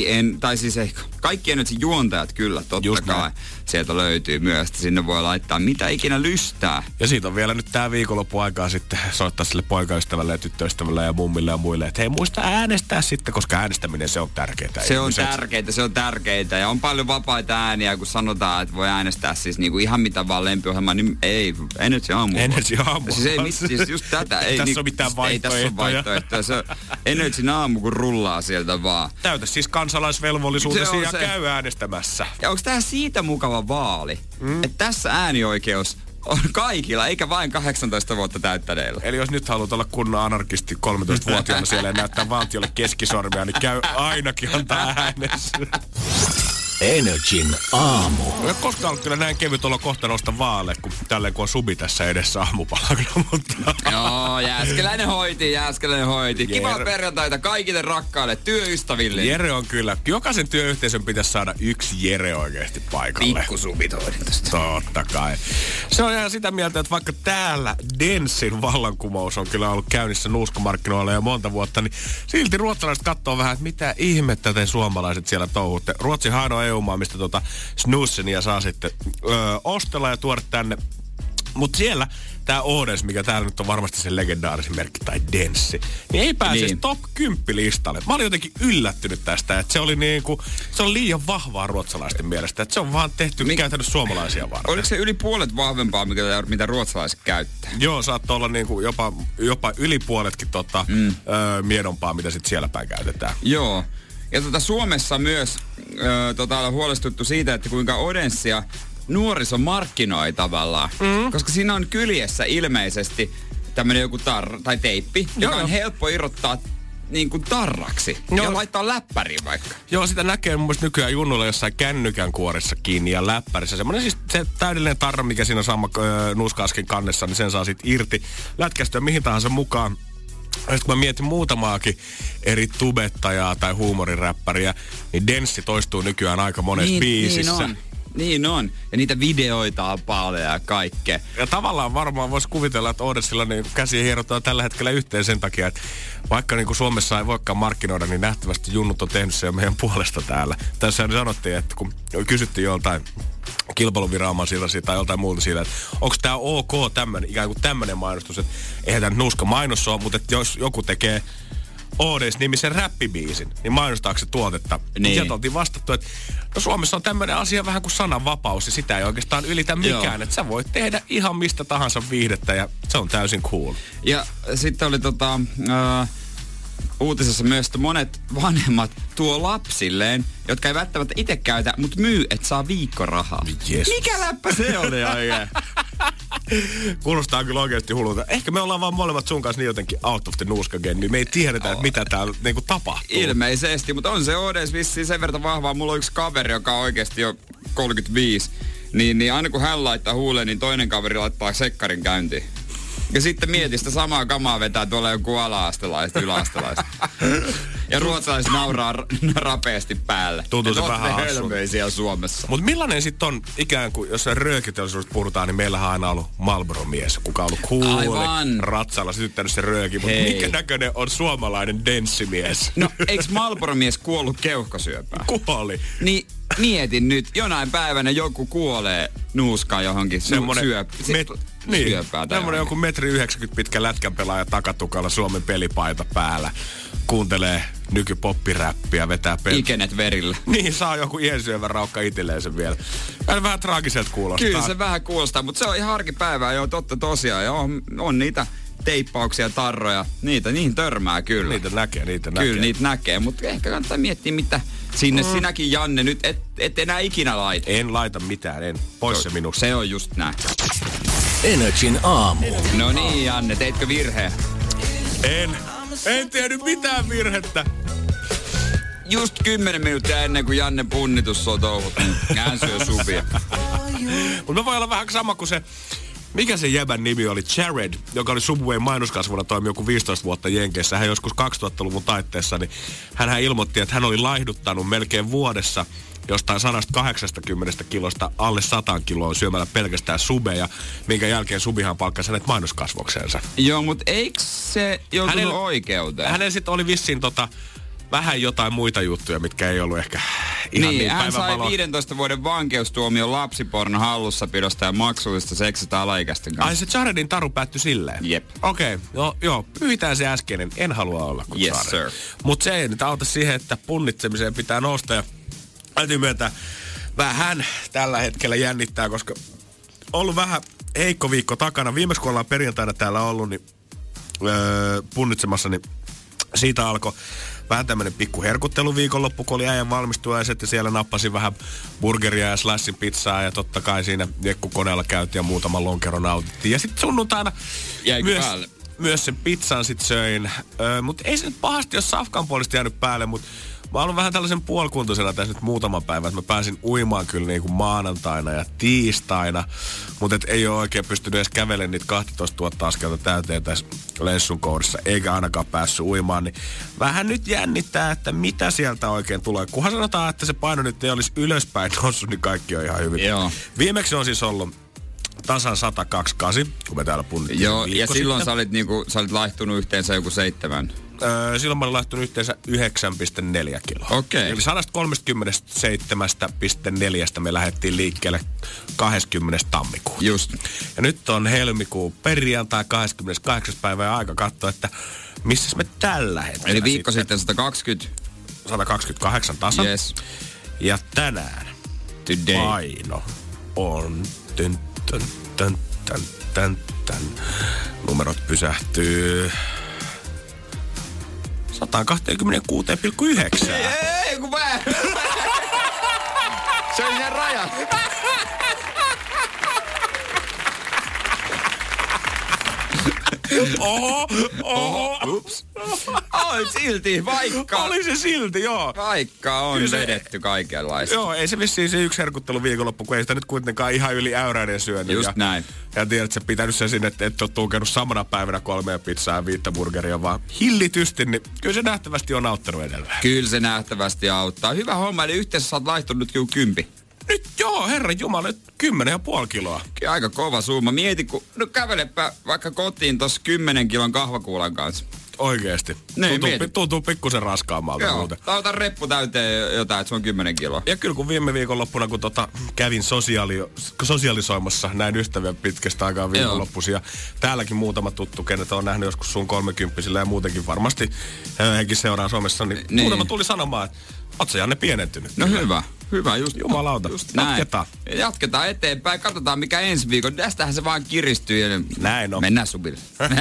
kaikki Energy juontajat kyllä, totta just kai. Näin. Sieltä löytyy myös, että sinne voi laittaa mitä ikinä lystää. Ja siitä on vielä nyt tää viikonloppu aikaa sitten soittaa sille poikaystävälle ja tyttöystävälle ja mummille ja muille, että hei, muista äänestää sitten, koska äänestäminen se on tärkeää. Se on tärkeää ja on paljon vapaita ääniä, kun sanotaan, että voi äänestää siis niinku ihan mitä vaan lempiohjelmaa, niin ei, Energy Aamu. Energy Aamu. Siis just tätä. Ei tässä ole mitään vaihtoehtoja. Se Energy Aamu, kun rullaa sieltä vaan. Täytä siis kansalaisvelvollisuutesi ja käy äänestämässä. Ja onko tää siitä mukava vaali, että tässä äänioikeus on kaikilla, eikä vain 18 vuotta täyttäneillä. Eli jos nyt haluat olla kunnon anarkisti 13-vuotiaana siellä ja näyttää valtiolle keskisormia, niin käy ainakin antaa äänessä. Energin aamu. Ei koskaan ollut kyllä näin kevyt olo kohta nousta vaaleille, kun tälleen kun on Subi tässä edessä aamupalalla. Mutta joo, Jääskeläinen hoiti. Kivaa perjantaita kaikille rakkaille työystäville. Jere on kyllä. Jokaisen työyhteisön pitäisi saada yksi Jere oikeasti paikalle. Pikku Subit hoidin tästä. Totta kai. Se on ihan sitä mieltä, että vaikka täällä Denssin vallankumous on kyllä ollut käynnissä nuuskamarkkinoilla jo monta vuotta, niin silti ruotsalaiset katsoo vähän, että mitä ihmettä te suomalaiset siellä touhutte. Ruotsihan ainoa EU-maa, mistä snussenia saa sitten ostella ja tuoda tänne. Mutta siellä tää Odens, mikä täällä nyt on varmasti se legendaarisin merkki, tai Denssi, niin ei pääse top 10 listalle. Mä olin jotenkin yllättynyt tästä, että se oli liian vahvaa ruotsalaisten mielestä, että se on vaan tehty käytännössä suomalaisia varten. Oliko se yli puolet vahvempaa, mitä ruotsalaiset käyttää? Joo, saattoi olla niinku jopa yli puoletkin miedompaa, mitä sit siellä päin käytetään. Joo. Ja Suomessa myös ollaan huolestuttu siitä, että kuinka Odenssia nuoriso markkinoi tavallaan. Koska siinä on kyljessä ilmeisesti tämmönen joku tai teippi, joka on helppo irrottaa niin kuin tarraksi. Ja laittaa läppäriin vaikka. Joo, sitä näkee mun mielestä nykyään junnulla jossain kännykän kuoressa kiinni ja läppärissä. Semmoinen siis se täydellinen tarra, mikä siinä on sama nuuskaaskin kannessa, niin sen saa sit irti. Lätkästyä mihin tahansa mukaan. Ja kun mä mietin muutamaakin eri tubettajaa tai huumoriräppäriä, niin Denssi toistuu nykyään aika monessa biisissä. Niin on. Ja niitä videoita on paljon ja kaikkea. Ja tavallaan varmaan voisi kuvitella, että Oodessilla niin käsiä hierotaan tällä hetkellä yhteen sen takia, että vaikka niin kuin Suomessa ei voikaan markkinoida, niin nähtävästi junnut on tehnyt se jo meidän puolesta täällä. Tässä sanottiin, että kun kysyttiin joltain kilpailuviranomaisilla tai joltain muuta siitä, että onko tämä ok tämmöinen, ikään kuin tämmöinen mainostus, että eihän tämä nuuska mainos ole, mutta että jos joku tekee Odes-nimisen räppibiisin, niin mainostaako se tuotetta? Niin. Sieltä oltiin vastattu, että no Suomessa on tämmöinen asia vähän kuin sananvapaus ja sitä ei oikeastaan ylitä mikään. Että sä voit tehdä ihan mistä tahansa viihdettä ja se on täysin cool. Ja sitten oli uutisessa myös, että monet vanhemmat tuo lapsilleen, jotka ei välttämättä itse käytä, mutta myy, että saa viikkorahaa. Yes. Mikä läppä se oli oikein? Kuulostaa kyllä oikeasti hullulta. Ehkä me ollaan vaan molemmat sun kanssa niin jotenkin out of the nuuska game, niin me ei tiedetä, että mitä täällä niinku tapahtuu. Ilmeisesti, mutta on se ODS vissiin sen verran vahvaa. Mulla on yksi kaveri, joka on oikeasti jo 35. Niin aina kun hän laittaa huuleen, niin toinen kaveri laittaa sekkarin käyntiin. Ja sitten mieti sitä samaa kamaa vetää tuolla joku ala-astelaiset, yläastelaiset. Ja ruotsalaiset nauraa rapeasti päälle. Tuntuu se vähän hölmöisiä Suomessa. Mutta millainen sitten on ikään kuin, jos röökiteollisuudesta puhutaan, niin meillähän on aina ollut Marlboro-mies, kuka on ollut cool, ratsalla sytyttänyt se rööki. Mutta mikä näköinen on suomalainen denssimies? No, eikö Marlboro-mies kuollut keuhkosyöpään? Kuoli. Niin mietin nyt, jonain päivänä joku kuolee nuuskaan johonkin syöpään. Tämmönen joku 1,90 m pitkä lätkänpelaaja takatukalla Suomen pelipaita päällä. Kuuntelee nykypoppiräppiä, vetää Ikenet verillä. Niin, saa joku iensyövän raukka itselleen sen vielä. Vähän traagiselta kuulostaa. Kyllä se vähän kuulostaa, mutta se on ihan arkipäivää, joo, totta tosiaan. Joo, on niitä teippauksia, tarroja, niihin törmää kyllä. Niitä näkee. Kyllä, niitä näkee, mutta ehkä kannattaa miettiä, mitä sinne sinäkin, Janne, nyt et enää ikinä laita. En laita mitään, pois se minusta. Se on just näin. Energin aamu. No niin, Janne, teitkö virheen? En tehnyt mitään virhettä. Just 10 minuuttia ennen kuin Janne punnitus on touhut, niin hän syö supia. Mutta voi olla vähän sama kuin se, mikä se jäbän nimi oli, Jared, joka oli Subwayn mainoskasvuna, toimi joku 15 vuotta Jenkeissä. Hän joskus 2000-luvun taitteessa, niin hän ilmoitti, että hän oli laihduttanut melkein vuodessa jostain 180 kilosta alle 100 kiloa syömällä pelkästään subeja, minkä jälkeen subihan palkkasi hänet mainoskasvokseensa. Joo, mutta eikö se joutunut oikeuteen? Hänellä sitten oli vissiin vähän jotain muita juttuja, mitkä ei ollut ehkä ihan niin hän sai 15 vuoden vankeustuomion lapsipornon hallussapidosta ja maksullisesta seksistä alaikäisten kanssa. Ai se Jaredin taru päättyi silleen? Jep. Okei, joo, pyyhitään se äskeinen. En halua olla kuin yes, Jared. Sir. Mutta se ei nyt auta siihen, että punnitsemiseen pitää nousta ja täytyy myöntää, vähän tällä hetkellä jännittää, koska ollut vähän heikko viikko takana. Viimeksi kun ollaan perjantaina täällä ollut, niin punnitsemassa, niin siitä alkoi vähän tämmönen pikku herkuttelu viikonloppu, kun oli äijän valmistujaiset ja siellä nappasin vähän burgeria ja slashin pizzaa ja totta kai siinä jekkukoneella käytiin ja muutaman lonkeron nautittiin. Ja sitten sunnuntaina myös sen pizzan sit söin, mutta ei se nyt pahasti ole safkan puolesta jäänyt päälle, mutta mä oon vähän tällaisen puolikuntoisena tässä nyt muutaman päivän, että mä pääsin uimaan kyllä niin kuin maanantaina ja tiistaina, mutta ei ole oikein pystynyt edes kävelemään niitä 12 000 askelta täyteen tässä lessun kourissa, eikä ainakaan päässyt uimaan, niin vähän nyt jännittää, että mitä sieltä oikein tulee. Kunhan sanotaan, että se paino nyt ei olisi ylöspäin noussut, niin kaikki on ihan hyvin. Joo. Viimeksi on siis ollut tasan 128, kun me täällä punnittiin. Joo, ja silloin sä olit laihtunut yhteensä joku 7. Silloin mä olen laittanut yhteensä 9,4 kiloa. Okei. Eli 137,4 me lähdettiin liikkeelle 20. tammikuuta. Just. Ja nyt on helmikuun perjantai 28. päivä ja aika katsoa, että missä me tällä hetkellä. Eli viikko sitten 128 tasan. Yes. Ja tänään Today. paino on numerot pysähtyy 126,9. Ei, kun mä... Se on ihan raja. Oho. Ups. Oi, silti, vaikka... Oli se silti, joo. Vaikka on vedetty kaikenlaista. Joo, ei se vissiin se yksi herkuttelu viikonloppu, kun ei sitä nyt kuitenkaan ihan yli äyräinen syönyt. Just näin. Ja tiedät, että sä pitänyt sen sinne, että et ole tunkenut samana päivänä 3 pizzaa ja 5 burgeria, vaan hillitysti, niin kyllä se nähtävästi on auttanut edelleen. Kyllä se nähtävästi auttaa. Hyvä homma, eli yhteensä sä oot laihtunut 10. Nyt joo, herran jumala, 10,5 kiloa. Aika kova summa. Mieti, kun kävelepä vaikka kotiin tossa 10 kilon kahvakuulan kanssa. Oikeesti. Tuntuu pikkusen raskaammalta. Joo, ota reppu täyteen jotain, että se on 10 kiloa. Ja kyllä kun viime viikonloppuna, kun kävin sosialisoimassa näin ystäviä pitkästä aikaa viikonloppuisin. Ja täälläkin muutama tuttu, kenet on nähnyt joskus sun 30-sillä ja muutenkin varmasti hekin seuraa somessa, niin muutama tuli sanomaan, että oot sä Janne pienentynyt. No hyvä, just. Jumalauta, just Jatketaan eteenpäin, katsotaan mikä ensi viikon. Tästähän se vaan kiristyy. Ja näin on. Mennään subille.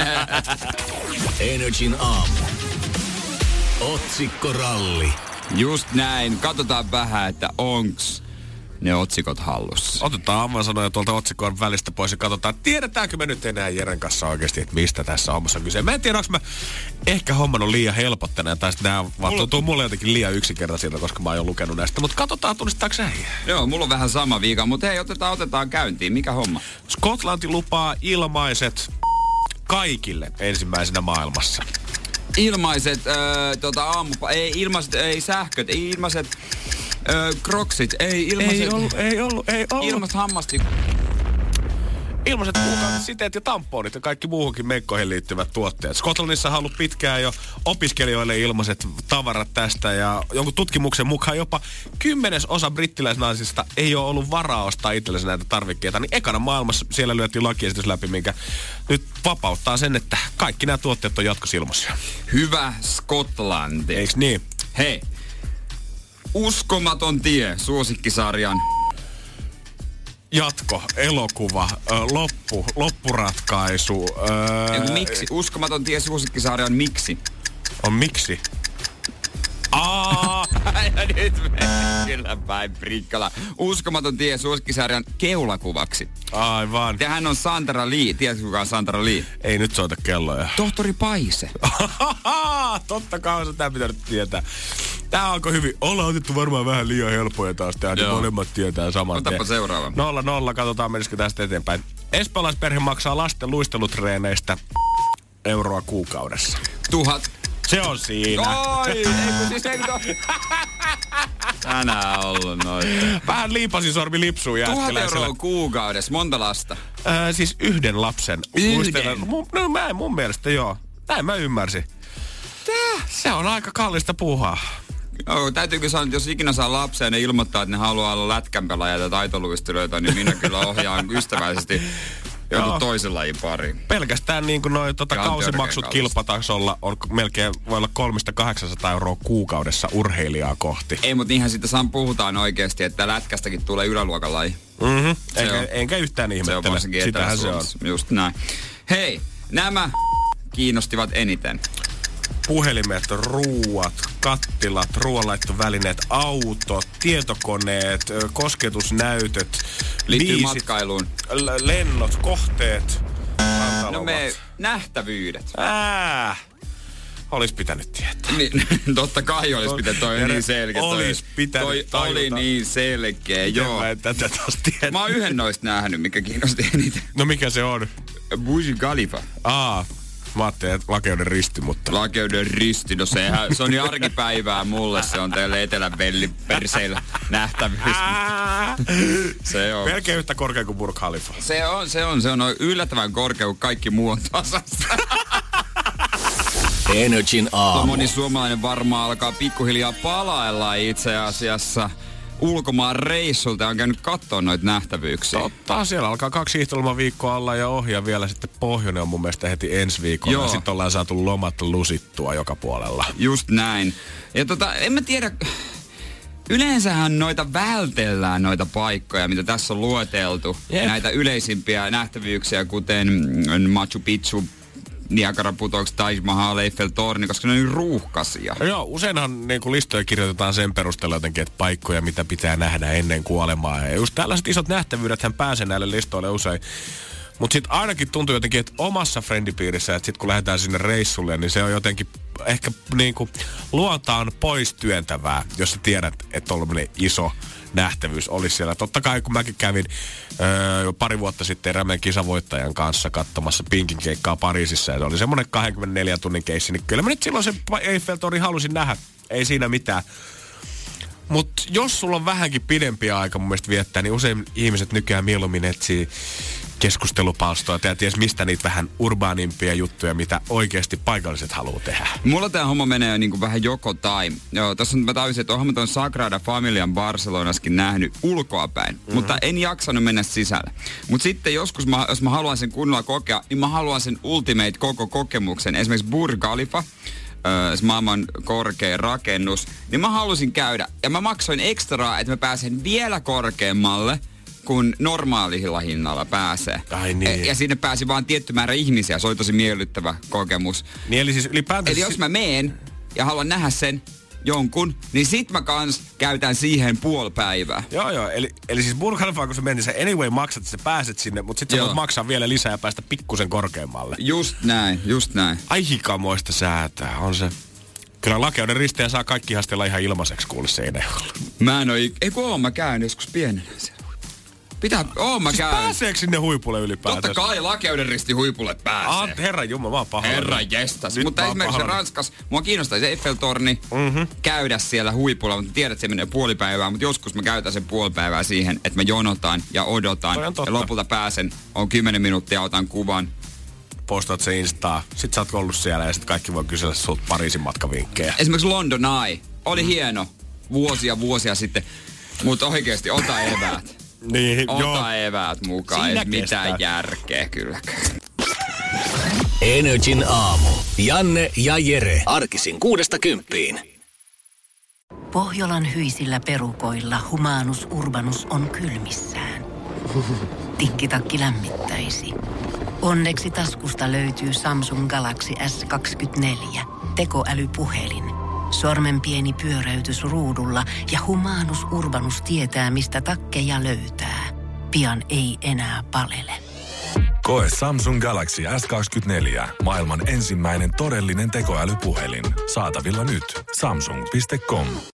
Energin aamu. Otsikkoralli. Just näin. Katsotaan vähän, että onks ne otsikot hallussa. Otetaan avainsanoja tuolta otsikon välistä pois ja katsotaan, tiedetäänkö me nyt enää Jeren kanssa oikeasti, että mistä tässä hommassa on kyse. Mä en tiedä, onko mä ehkä hommannut liian helpottana, tai sitten nämä vaan tuntuu mulle jotenkin liian yksinkertaisilta, koska mä oon jo lukenut näistä. Mutta katsotaan, tunnistaako sä? Joo, mulla on vähän sama viika, mutta hei, otetaan käyntiin. Mikä homma? Skotlanti lupaa ilmaiset kaikille ensimmäisenä maailmassa. Ilmaiset, ei ilmaiset, ei sähköt, ei ilmaiset... Kroksit, ei ilmaiset... Ei ollut. Ilmaiset hammasti... Ilmaiset kuukaudet, siteet ja tamponit ja kaikki muuhunkin meikkoihin liittyvät tuotteet. Skotlannissa on ollut pitkään jo opiskelijoille ilmaiset tavarat tästä ja jonkun tutkimuksen mukaan jopa 10% brittiläisnaisista ei ole ollut varaa ostaa itsellensä näitä tarvikkeita. Niin ekana maailmassa siellä lyötiin lakiesitys läpi, minkä nyt vapauttaa sen, että kaikki nämä tuotteet on jatkosilmaisia. Hyvä Skotlanti. Eiks niin? Hei. Uskomaton tie suosikkisarjan. Jatko, elokuva, loppuratkaisu. Miksi? Uskomaton tie suosikkisarjan miksi? On miksi? Nyt kyllä päin prikkala. Uskomaton tie suosikkisarjan keulakuvaksi. Aivan. Ja hän on Sandra Lee. Tiedätkö kuka on Sandra Lee? Ei nyt soita kelloja. Tohtori Paise. Totta kai sitä pitänyt tietää. Tää alkoi hyvin. Ollaan otettu varmaan vähän liian helppoja taas tehdä, niin molemmat tietää saman tien. Otapa seuraava. 0-0, katsotaan menisikö tästä eteenpäin. Espanjalaisperhe maksaa lasten luistelutreeneistä euroa kuukaudessa. 1000. Se on siinä. Oi, tänään ollut noita. Vähän liipasisormi lipsuu jääskeläisellä. 1000 € kuukaudessa, monta lasta? Siis yhden lapsen. Mun mielestä joo. Näin mä ymmärsin. Se on aika kallista puuhaa. Joo, täytyykö sanoa, että jos ikinä saa lapsia ja ne ilmoittaa, että ne haluaa olla lätkänpelaaja ja taitoluistelijoita, niin minä kyllä ohjaan ystävällisesti joku toisen lajin pariin. Pelkästään niin kuin noi kausimaksut kilpatasolla on melkein, voi olla 300-800 € kuukaudessa urheilijaa kohti. Ei, mutta niinhän siitä puhutaan oikeasti, että lätkästäkin tulee yläluokan laji. Enkä yhtään ihmettele. Se on varsinkin sitähän se on. Just näin. Hei, nämä kiinnostivat eniten. Puhelimet, ruuat, kattilat, ruoanlaittovälineet, autot, tietokoneet, kosketusnäytöt, liittyy matkailuun. Lennot, kohteet, rantalomat. No me nähtävyydet. Olis pitänyt tietää. Niin, totta kai olis pitänyt, toi on niin selkeä. Olis pitänyt toi oli niin selkeä, joo. Mä en tätä taas tiedä. Mä oon yhden noista nähnyt, mikä kiinnosti eniten. No mikä se on? Burj Khalifa. Mä ajattelin, että Lakeuden risti, mutta... Lakeuden risti, no se on jo arkipäivää mulle, se on teille etelän velliperseillä nähtävyys. Se on. Melkein yhtä korkea kuin Burj Khalifa. Se on yllättävän korkea, kun kaikki muu on tasassa. Energin aamu. Moni suomalainen varmaan alkaa pikkuhiljaa palailla itse asiassa ulkomaan reissulta ja on käynyt katsoa noita nähtävyyksiä. Totta, siellä alkaa 2 hiihtolomaviikkoa alla ja ohjaa vielä sitten Pohjoinen on mun mielestä heti ensi viikolla. Ja sitten ollaan saatu lomat lusittua joka puolella. Just näin. Ja en mä tiedä, yleensähän noita vältellään noita paikkoja, mitä tässä on lueteltu. Yep. Näitä yleisimpiä nähtävyyksiä, kuten Machu Picchu, Niagara-putoukset, Taj Mahal, Eiffel-torni, koska ne on niin ruuhkaisia. Joo, useinhan niin listoja kirjoitetaan sen perusteella jotenkin, että paikkoja, mitä pitää nähdä ennen kuolemaa. Ja just tällaiset isot nähtävyydethän pääsee näille listoille usein. Mutta sitten ainakin tuntuu jotenkin, että omassa friendipiirissä, että sitten kun lähdetään sinne reissulle, niin se on jotenkin ehkä niinku luontaan pois työntävää, jos sä tiedät, että tollainen iso nähtävyys olisi siellä. Totta kai, kun mäkin kävin jo pari vuotta sitten Rämeen kisavoittajan kanssa katsomassa Pinkin keikkaa Pariisissa, ja se oli semmoinen 24 tunnin keissi, niin kyllä mä nyt silloin se Eiffel-tori halusin nähdä. Ei siinä mitään. Mutta jos sulla on vähänkin pidempi aika mun mielestä viettää, niin usein ihmiset nykyään mieluummin etsii keskustelupalstoa ja ties mistä niitä vähän urbaanimpia juttuja, mitä oikeasti paikalliset haluaa tehdä. Mulla tää homma menee jo niinku vähän joko tai. Joo, tässä mä tajusin, että onhan mä ton Sagrada Familian Barcelonaskin nähnyt ulkoapäin, mutta en jaksanut mennä sisälle. Mutta sitten joskus, jos mä haluan sen kunnolla kokea, niin mä haluan sen ultimate koko kokemuksen. Esimerkiksi Burj Khalifa, maailman korkein rakennus, niin mä halusin käydä. Ja mä maksoin ekstraa, että mä pääsen vielä korkeammalle, kun normaalilla hinnalla pääsee. Ai niin. Ja sinne pääsi vaan tietty määrä ihmisiä. Se oli tosi miellyttävä kokemus. Niin eli siis ylipäätään... Eli jos mä meen ja haluan nähdä sen jonkun, niin sit mä kans käytän siihen puoli päivää. Joo. Eli siis Burj Khalifa, kun sä menit, sä anyway maksat, että sä pääset sinne, mutta sit sä voit maksaa vielä lisää ja päästä pikkusen korkeammalle. Just näin. Ai hikamoista säätää, on se. Kyllä Lakeuden ristejä saa kaikki ihastella ihan ilmaiseksi kuule Seinäjoella. Mä en oo oon mä käyn joskus pienenä siellä. Mä siis käyn. Pääseekö sinne huipulle ylipäätään? Totta kai Lakeuden risti huipulle pääsee. Herran jumma, mä oon pahoillani. Herran jestas. Mutta esimerkiksi Ranskassa, mua kiinnostaa se Eiffeltorni käydä siellä huipulla, mutta tiedät, että se menee puoli päivää, mutta joskus mä käytän sen puoli päivää siihen, että mä jonotan ja odotan. Ja lopulta pääsen, on 10 minuuttia, otan kuvan. Postaat se Instaa, sit sä oot ollut siellä ja sit kaikki voi kysellä sulta Pariisin matkavinkkejä. Esimerkiksi London Eye oli hieno vuosia sitten, mutta oikeesti ota eväät. Niin, ota eväät mukaan, ei mitään järkeä kylläkään. Energin aamu. Janne ja Jere. Arkisin 6–10. Pohjolan hyisillä perukoilla Humanus Urbanus on kylmissään. Tikkitakki lämmittäisi. Onneksi taskusta löytyy Samsung Galaxy S24. Tekoälypuhelin. Sormen pieni pyöräytys ruudulla ja Humanus Urbanus tietää, mistä takkeja löytää. Pian ei enää palele. Koe Samsung Galaxy S24. Maailman ensimmäinen todellinen tekoälypuhelin. Saatavilla nyt. Samsung.com.